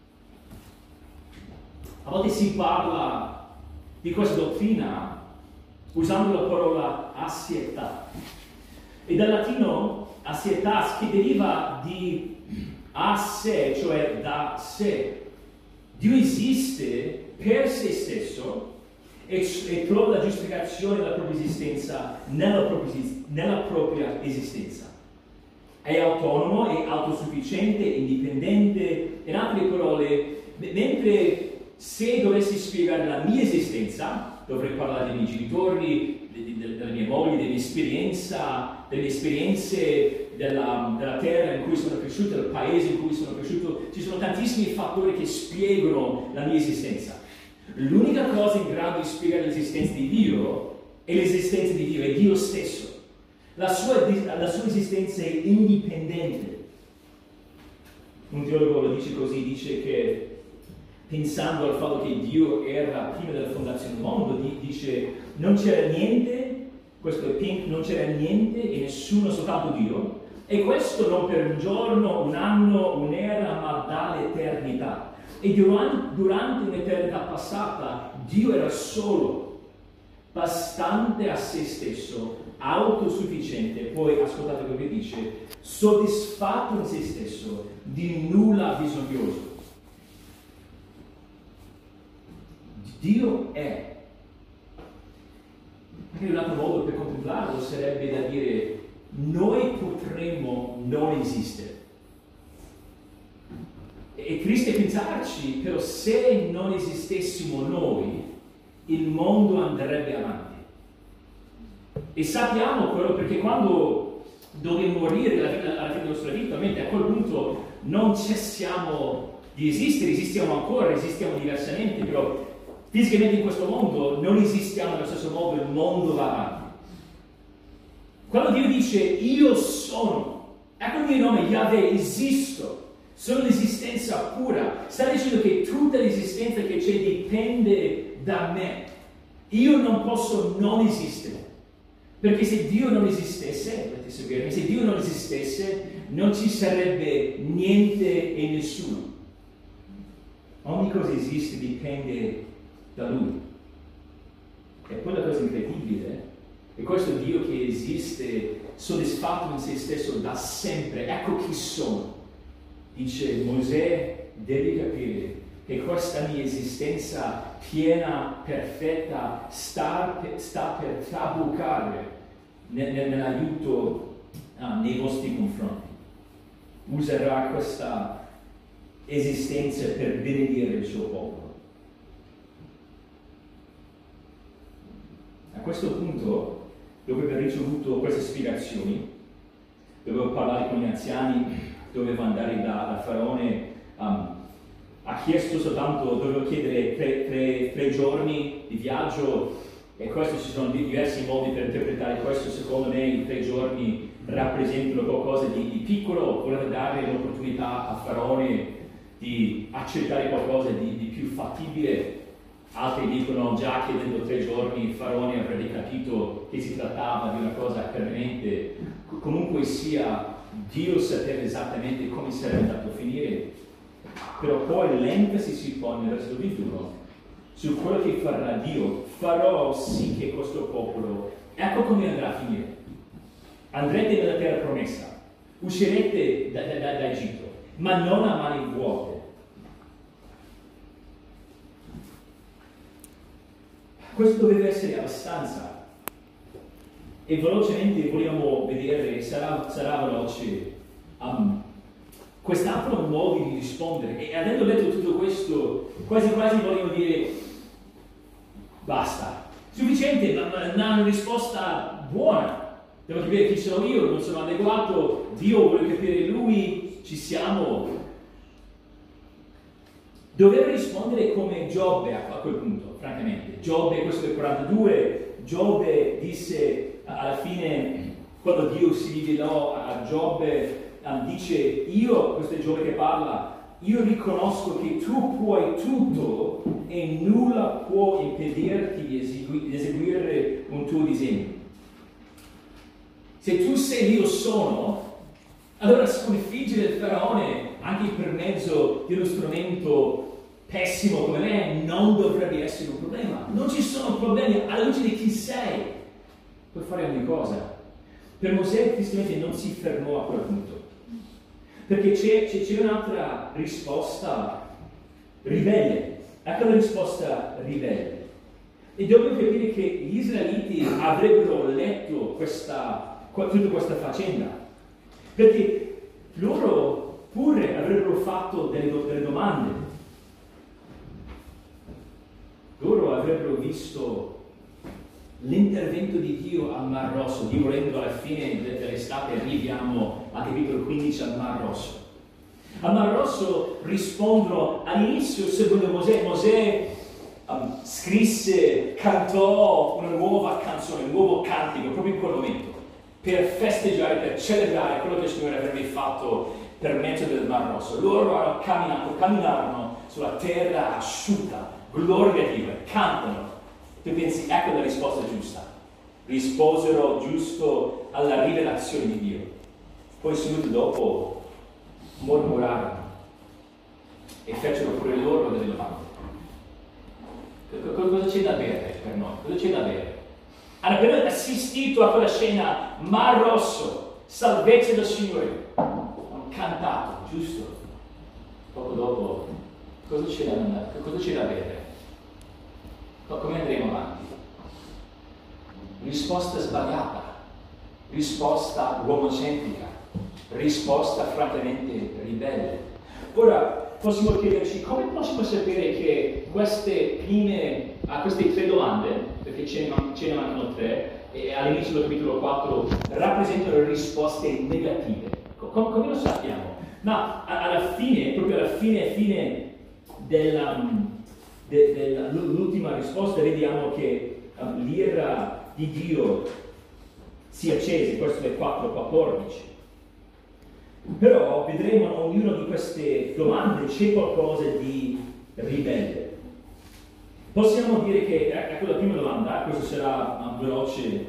A volte si parla di questa dottrina usando la parola assietà. E dal latino assietas, che deriva di a sé, cioè da sé. Dio esiste per se stesso e, e trova la giustificazione della propria esistenza nella propria, nella propria esistenza. È autonomo, è autosufficiente, indipendente. In altre parole, mentre se dovessi spiegare la mia esistenza, dovrei parlare dei miei genitori, della mia moglie, dell'esperienza, delle esperienze della, della terra in cui sono cresciuto, del paese in cui sono cresciuto. Ci sono tantissimi fattori che spiegano la mia esistenza. L'unica cosa in grado di spiegare l'esistenza di Dio è l'esistenza di Dio, è Dio stesso. La sua, la sua esistenza è indipendente. Un teologo lo dice così, dice che pensando al fatto che Dio era prima della fondazione del mondo, dice non c'era niente, questo è Pink, non c'era niente e nessuno, soltanto Dio, e questo non per un giorno, un anno, un'era, ma dall'eternità. E durante, durante un'eternità passata Dio era solo, bastante a se stesso, autosufficiente, poi ascoltate quello che dice, soddisfatto in se stesso, di nulla bisognoso. Dio è. Anche un altro modo per contemplarlo sarebbe da dire noi potremmo non esistere. E triste pensarci, però se non esistessimo noi, il mondo andrebbe avanti. E sappiamo quello perché quando dobbiamo morire alla fine, alla fine della nostra vita, a quel punto non cessiamo di esistere, esistiamo ancora, esistiamo diversamente, però fisicamente in questo mondo non esistiamo nello stesso modo, il mondo va avanti. Quando Dio dice io sono, ecco il mio nome, Yahweh, esisto, sono l'esistenza pura, sta dicendo che tutta l'esistenza che c'è dipende da me. Io non posso non esistere, perché se Dio non esistesse, potete seguirmi, se Dio non esistesse non ci sarebbe niente e nessuno. Ogni cosa esiste dipende da Lui. E poi la cosa incredibile è questo Dio che esiste soddisfatto in se stesso da sempre. Ecco chi sono. Dice Mosè, devi capire che questa mia esistenza piena, perfetta, sta, sta per trabucare nell'aiuto uh, nei vostri confronti. Userà questa esistenza per benedire il suo popolo. A questo punto, dopo aver ricevuto queste spiegazioni, dovevo parlare con gli anziani, dovevo andare da, da Faraone, um, ha chiesto soltanto, dovevo chiedere tre, tre, tre giorni di viaggio, e questo ci sono diversi modi per interpretare questo. Secondo me i tre giorni rappresentano qualcosa di, di piccolo, volete dare l'opportunità a Faraone di accettare qualcosa di, di più fattibile. Altri dicono già che dentro tre giorni Faraone avrebbe capito che si trattava di una cosa permanente. Comunque sia, Dio sapeva esattamente come sarebbe andato a finire, però poi l'enfasi si pone nel versetto ventuno su quello che farà Dio. Farò sì che questo popolo, ecco come andrà a finire. Andrete nella terra promessa, uscirete da, da, da, da Egitto, ma non a mani vuote. Questo deve essere abbastanza. E velocemente vogliamo vedere, sarà, sarà veloce, um, quest'altro modo di rispondere. E avendo detto tutto questo, quasi quasi vogliono dire basta, sufficiente, ma, ma una risposta buona. Devo capire chi sono io, non sono adeguato, Dio vuole capire Lui, ci siamo. Dovevo rispondere come Giobbe a quel punto, francamente. Giobbe, questo è il quarantadue, Giobbe disse alla fine, quando Dio si rivelò a Giobbe, um, dice, io, questo è Giobbe che parla, io riconosco che tu puoi tutto e nulla può impedirti di, esegui- di eseguire un tuo disegno. Se tu sei io sono, allora sconfiggere il faraone anche per mezzo di uno strumento pessimo come me non dovrebbe essere un problema. Non ci sono problemi alla luce di chi sei. Puoi fare ogni cosa. Per Mosè tristemente non si fermò a quel punto. Perché c'è, c'è, c'è un'altra risposta ribelle. Ecco la risposta ribelle. E dobbiamo capire che gli israeliti avrebbero letto questa, tutta questa faccenda. Perché loro pure avrebbero fatto delle, delle domande. Loro avrebbero visto l'intervento di Dio al Mar Rosso. Dio volendo alla fine dell'estate arriviamo al capitolo quindici al Mar Rosso. Al Mar Rosso rispondono all'inizio, secondo Mosè, Mosè um, scrisse, cantò una nuova canzone, un nuovo cantico proprio in quel momento, per festeggiare, per celebrare quello che il Signore avrebbe fatto per mezzo del Mar Rosso. Loro hanno camminato, camminarono sulla terra asciutta, gloria a Dio, cantano. Tu pensi, ecco la risposta giusta. Risposero giusto alla rivelazione di Dio. Poi subito dopo mormorarono e fecero pure loro delle domande. Cosa c'è da bere per noi? Cosa c'è da bere? Hanno appena assistito a quella scena, Mar Rosso, salvezza del Signore. Hanno cantato, giusto? Poco dopo, cosa c'è da, cosa c'è da bere? Come andremo avanti? Risposta sbagliata, risposta uomocentrica, risposta francamente ribelle. Ora possiamo chiederci come possiamo sapere che queste prime, a queste tre domande, perché ce ne, man- ce ne mancano tre, e all'inizio del capitolo quattro rappresentano risposte negative. Com- come lo sappiamo? Ma a- alla fine, proprio alla fine, fine della... L'ultima risposta vediamo che um, l'ira di Dio si accese, questo è quattro quattordici. Però vedremo in ognuna di queste domande c'è qualcosa di ribelle. Possiamo dire che, ecco la prima domanda, questo sarà um, veloce,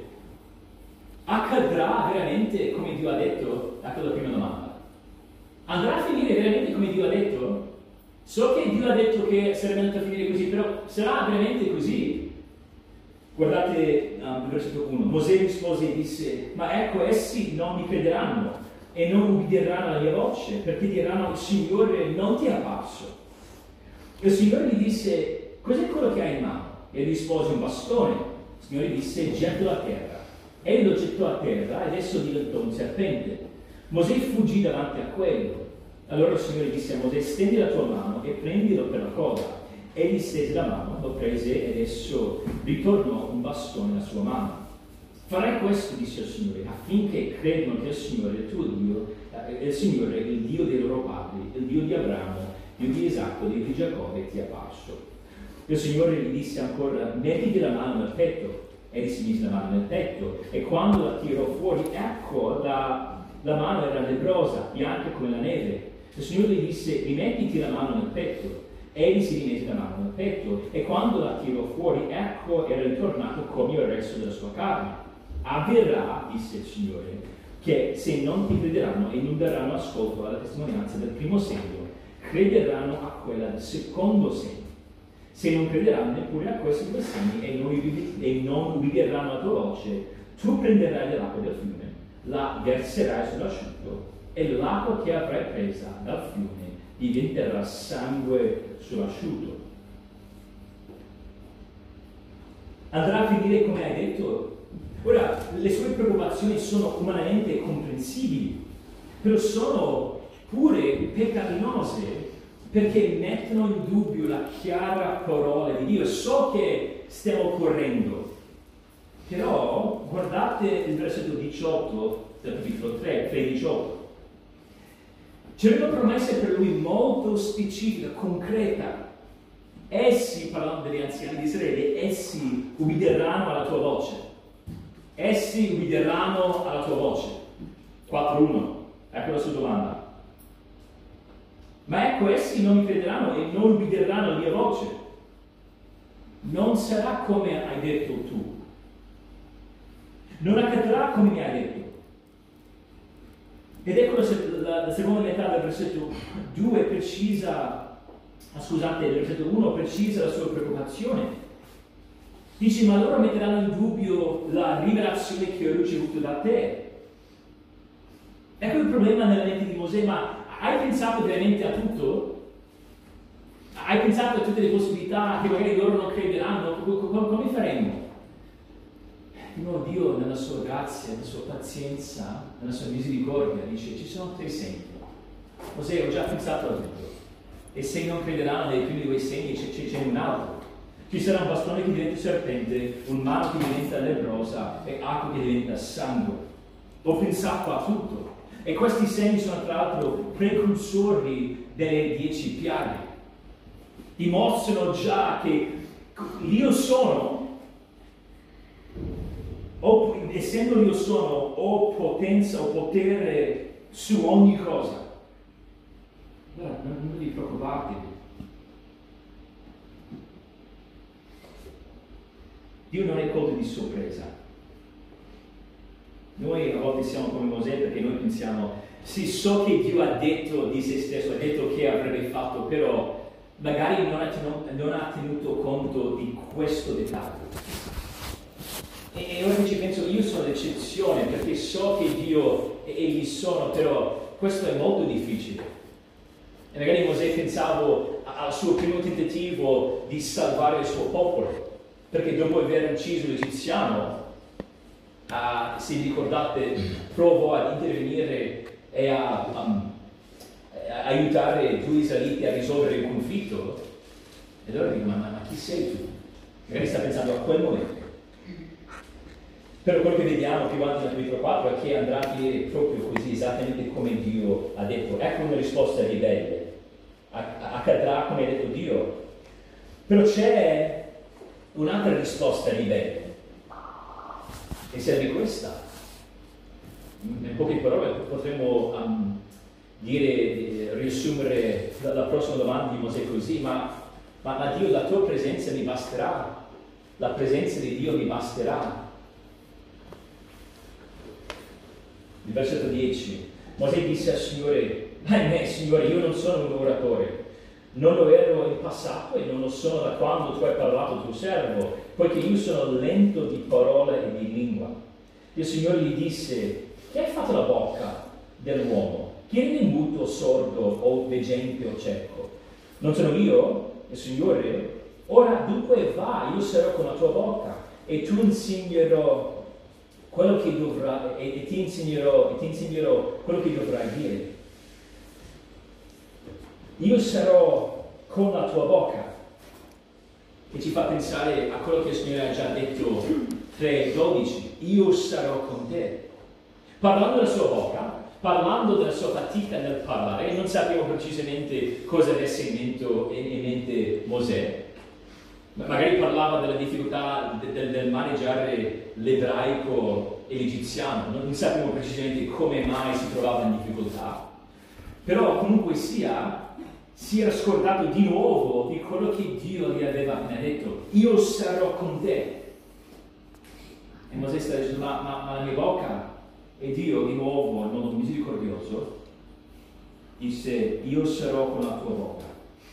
accadrà veramente come Dio ha detto? Ecco la prima domanda. Andrà a finire veramente come Dio ha detto? So che Dio ha detto che sarebbe andato a finire così, però sarà veramente così? Guardate um, il versetto uno. Mosè rispose e disse, ma ecco essi non mi crederanno e non ubbidiranno alla mia voce, perché diranno il Signore non ti è apparso. Il Signore gli disse, cos'è quello che hai in mano? E rispose, un bastone. Il Signore gli disse, gettalo a terra. Egli lo gettò a terra ed esso diventò un serpente. Mosè fuggì davanti a quello. Allora il Signore disse a Mosè, stendi la tua mano e prendilo per la coda. Egli stese la mano, lo prese ed esso ritornò un bastone nella sua mano. Farai questo, disse il Signore, affinché credano che il Signore, il tuo Dio, eh, il Signore, il Dio dei loro padri, il Dio di Abramo, il Dio di Isacco, il Dio di Giacobbe, ti è apparso. Il Signore gli disse ancora, mettiti la mano nel petto. Egli si mise la mano nel petto e quando la tirò fuori, ecco, la, la mano era lebbrosa, bianca come la neve. Il Signore gli disse, rimettiti la mano nel petto. Egli si rimette la mano nel petto e quando la tirò fuori, ecco, era ritornato come il resto della sua carne. Avverrà, disse il Signore, che se non ti crederanno e non daranno ascolto alla testimonianza del primo segno, crederanno a quella del secondo segno. Se non crederanno neppure a questi due segni e non, e non ubbidieranno la tua voce, tu prenderai dell'acqua del fiume, la verserai sull'asciutto e l'acqua che avrai presa dal fiume diventerà sangue sull'asciutto. Andrà a finire come hai detto? Ora, le sue preoccupazioni sono umanamente comprensibili, però sono pure peccaminose perché mettono in dubbio la chiara parola di Dio. So che stiamo correndo, però guardate il versetto diciotto del capitolo tre, tre diciotto. C'erano promesse per lui molto specifiche, concreta. Essi, parlando degli anziani di Israele, essi ubbidiranno alla tua voce. Essi ubbidiranno alla tua voce. quattro uno. Ecco la sua domanda. Ma ecco, essi non mi crederanno e non ubidiranno la mia voce. Non sarà come hai detto tu. Non accadrà come mi hai detto. Ed ecco la, la, la seconda metà del versetto due precisa, ah, scusate, il versetto uno precisa la sua preoccupazione. Dice, ma loro metteranno in dubbio la rivelazione che ho ricevuto da te. Ecco il problema nella mente di Mosè, ma hai pensato veramente a tutto? Hai pensato a tutte le possibilità che magari loro non crederanno? Come faremo? No, Dio nella sua grazia, nella sua pazienza, nella sua misericordia dice ci sono tre segni. Mosè, ho già pensato a tutto. E se non crederanno nei primi due segni c'è, c'è un altro. Ci sarà un bastone che diventa serpente, un mano che diventa lebbrosa e acqua che diventa sangue. Ho pensato a tutto. E questi segni sono tra l'altro precursori delle dieci piaghe. Dimostrano già che io sono, o, essendo io sono, ho potenza o potere su ogni cosa. Allora, non, non vi preoccupate. Dio non è colto di sorpresa. Noi a volte siamo come Mosè perché noi pensiamo, sì, so che Dio ha detto di se stesso, ha detto che avrebbe fatto, però magari non ha tenuto, non ha tenuto conto di questo dettaglio. E ora che ci penso, io sono l'eccezione perché so che Dio egli sono, però questo è molto difficile. E magari Mosè pensavo al suo primo tentativo di salvare il suo popolo, perché dopo aver ucciso l'egiziano, Uh, se vi ricordate, provò ad intervenire e a, um, a aiutare i due israeliti a risolvere il conflitto. E allora dico, ma, ma, ma chi sei tu? Magari sta pensando a quel momento. Però quello che vediamo più avanti nel capitolo quattro è che andrà a dire proprio così, esattamente come Dio ha detto. Ecco una risposta ribelle. Accadrà come ha detto Dio. Però c'è un'altra risposta ribelle. E serve questa. In poche parole potremmo um, dire, riassumere la, la prossima domanda di Mosè così, ma, ma, ma Dio, la tua presenza mi basterà, la presenza di Dio mi basterà. Il versetto dieci, Mosè disse al Signore, ahimè Signore, io non sono un oratore, non lo ero in passato e non lo sono da quando tu hai parlato tuo servo, poiché io sono lento di parola e di lingua. Il Signore gli disse, chi ha fatto la bocca dell'uomo? Chi è muto, sordo o veggente o cieco? Non sono io, il Signore? Ora dunque va, io sarò con la tua bocca e tu insegnerò quello che dovrai, e, e, ti insegnerò, e ti insegnerò quello che dovrai dire. Io sarò con la tua bocca. E ci fa pensare a quello che il Signore ha già detto tre dodici. Io sarò con te. Parlando della sua bocca, parlando della sua fatica nel parlare, non sappiamo precisamente cosa avesse in mente, in mente Mosè. Magari parlava della difficoltà del, del maneggiare l'ebraico e l'egiziano. Non sappiamo precisamente come mai si trovava in difficoltà. Però comunque sia, si era scordato di nuovo di quello che Dio gli aveva appena detto. Io sarò con te. E Mosè sta dicendo, ma, ma, ma la mia bocca, e Dio di nuovo, in modo misericordioso, disse, io sarò con la tua bocca.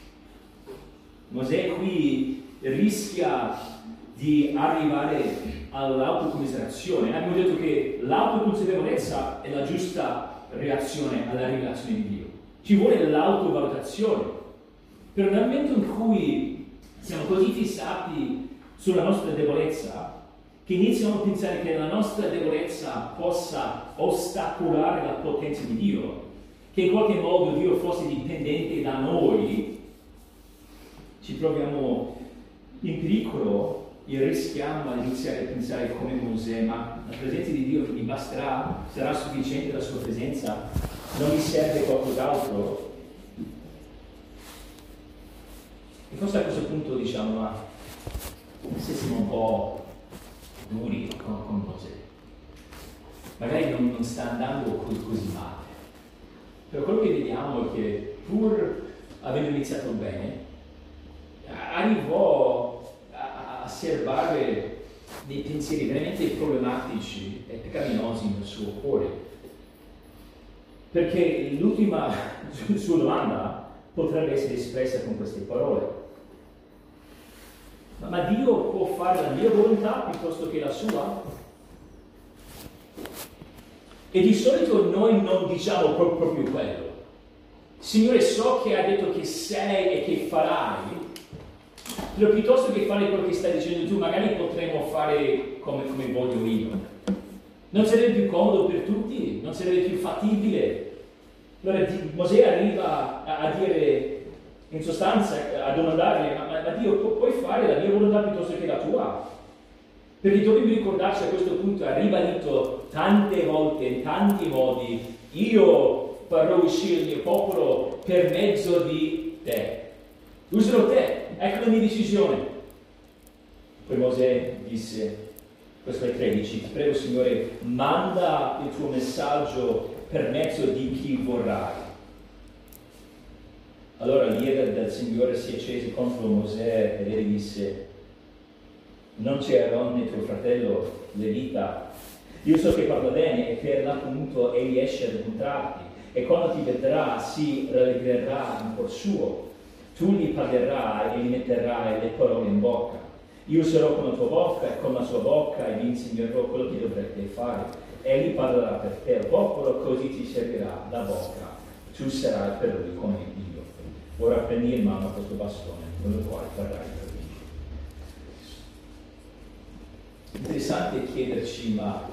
Mosè qui rischia di arrivare all'autocommiserazione. Abbiamo detto che l'autoconsapevolezza è la giusta reazione alla rivelazione di Dio. Ci vuole l'autovalutazione. Per nel momento in cui siamo così fissati sulla nostra debolezza, che iniziamo a pensare che la nostra debolezza possa ostacolare la potenza di Dio, che in qualche modo Dio fosse dipendente da noi, ci troviamo in pericolo e rischiamo di iniziare a pensare come Mosè, ma la presenza di Dio mi basterà? Sarà sufficiente la sua presenza? Non mi serve qualcos'altro? E forse a questo punto diciamo, ma se siamo un po' duri con, con Mosè, magari non, non sta andando così, così male. Però quello che vediamo è che pur avendo iniziato bene, arrivò a, a serbare dei pensieri veramente problematici e peccaminosi nel suo cuore. Perché l'ultima sua domanda potrebbe essere espressa con queste parole. Ma, ma Dio può fare la mia volontà piuttosto che la sua? E di solito noi non diciamo proprio quello. Signore, so che hai detto che sei e che farai, però piuttosto che fare quello che stai dicendo tu, magari potremmo fare come, come voglio io. Non sarebbe più comodo per tutti? Non sarebbe più fattibile? Allora Mosè arriva a, a dire, in sostanza, a domandargli, ma, ma Dio, pu- puoi fare la mia volontà piuttosto che la tua? Perché dobbiamo ricordarci a questo punto, ha ribadito tante volte, in tanti modi, io farò uscire il mio popolo per mezzo di te. Userò te, ecco la mia decisione. Poi Mosè disse, versetto tredici, ti prego Signore, manda il tuo messaggio per mezzo di chi vorrai. Allora l'ira del Signore si accese contro Mosè ed egli disse, non c'è Aaron tuo fratello Levita, io so che parla bene e per l'appunto egli esce ad incontrarti e quando ti vedrà si rallegrerà in cuor suo, tu gli parlerai e gli metterai le parole in bocca. Io sarò con la tua bocca e con la sua bocca e vi insegnerò quello che dovrete fare. Egli parlerà per te al popolo, così ti servirà la bocca. Tu sarai per lui come Dio. Ora prendi in mano questo bastone con il quale farai per lui. Interessante chiederci, ma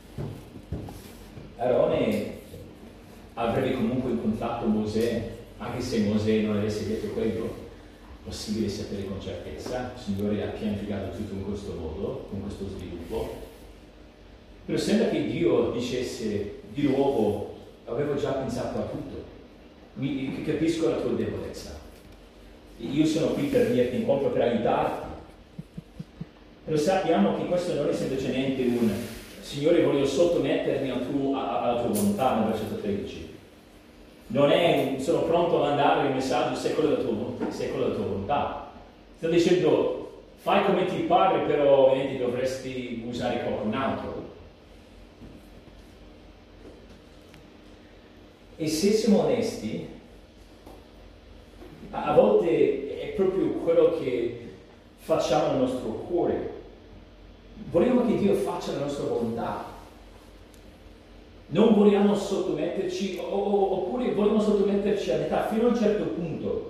Aarone avrebbe comunque incontrato Mosè, anche se Mosè non avesse detto quello? Possibile sapere con certezza, il Signore ha pianificato tutto in questo modo, con questo sviluppo. Però sembra che Dio dicesse di nuovo, avevo già pensato a tutto, mi, capisco la tua debolezza, io sono qui per venirti incontro, per aiutarti. Però sappiamo che questo non è semplicemente un Signore voglio sottomettermi a tu, a, alla tua volontà, nel versetto tredici. Non è sono pronto a mandare il messaggio se è quello della tua, se è quello della tua volontà. Sta dicendo fai come ti pare, però ovviamente dovresti usare qualcun altro. E se siamo onesti, a volte è proprio quello che facciamo nel nostro cuore. Vogliamo che Dio faccia la nostra volontà. Non vogliamo sottometterci, o, o, oppure vogliamo sottometterci a metà, fino a un certo punto.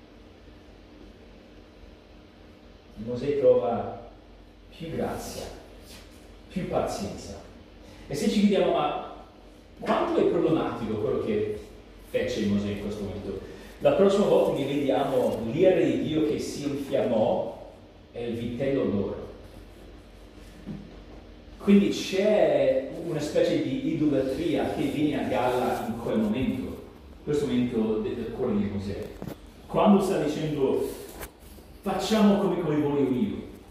Mosè trova più grazia, più pazienza. E se ci chiediamo, ma quanto è problematico quello che fece Mosè in questo momento? La prossima volta che vediamo l'ira di Dio che si infiammò è il vitello d'oro. Quindi c'è una specie di idolatria che viene a galla in quel momento, in questo momento del cuore di Mosè. Quando sta dicendo facciamo come, come voglio io.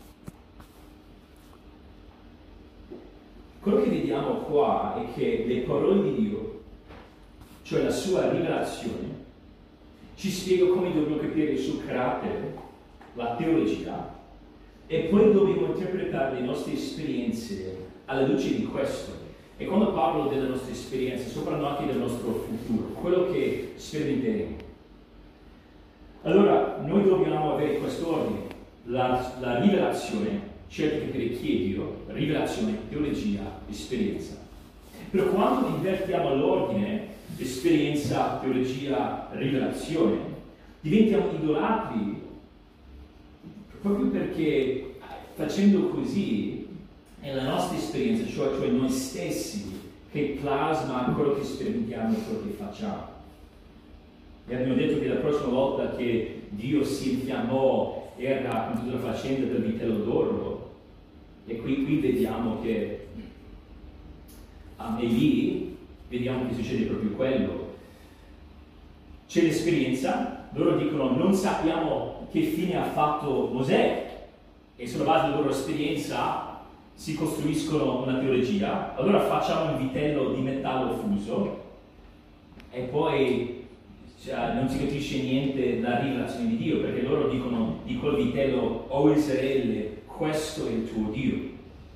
Quello che vediamo qua è che le parole di Dio, cioè la sua rivelazione, ci spiega come dobbiamo capire il suo carattere, la teologia, e poi dobbiamo interpretare le nostre esperienze alla luce di questo. E quando parlo delle nostre esperienze, sto parlando anche del nostro futuro, quello che sperimenteremo. Allora, noi dobbiamo avere quest'ordine, la, la rivelazione, certo che richiede Dio, rivelazione, teologia, esperienza. Però quando invertiamo l'ordine, esperienza, teologia, rivelazione, diventiamo idolatri, proprio perché facendo così è la nostra esperienza, cioè, cioè noi stessi, che plasma quello che sperimentiamo e quello che facciamo. E abbiamo detto che la prossima volta che Dio si infiammò era con tutta la faccenda del vitello d'oro, e qui, qui vediamo che um, e lì vediamo che succede proprio quello. C'è l'esperienza, loro dicono non sappiamo che fine ha fatto Mosè, e sulla base della loro esperienza si costruiscono una teologia, allora facciamo un vitello di metallo fuso e poi cioè, non si capisce niente dalla rivelazione di Dio, perché loro dicono di quel vitello: o Israele, questo è il tuo Dio.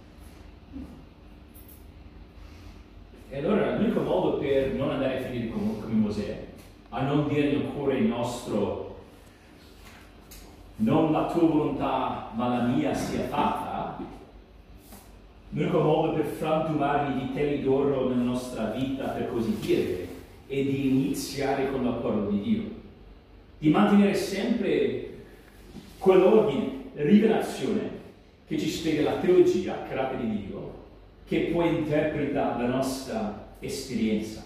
E allora l'unico modo per non andare a finire come, come Mosè, a non dire nel cuore nostro: non la tua volontà ma la mia sia fatta, l'unico modo per frantumare i vitelli d'oro nella nostra vita, per così dire, è di iniziare con la parola di Dio, di mantenere sempre quell'ordine, rivelazione che ci spiega la teologia, il carattere di Dio, che poi interpreta la nostra esperienza.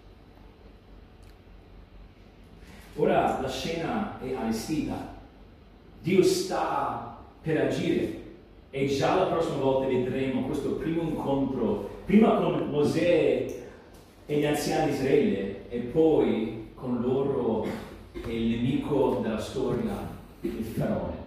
Ora la scena è allestita, Dio sta per agire e già la prossima volta vedremo questo primo incontro, prima con Mosè e gli anziani di Israele e poi con loro e il nemico della storia, il Faraone.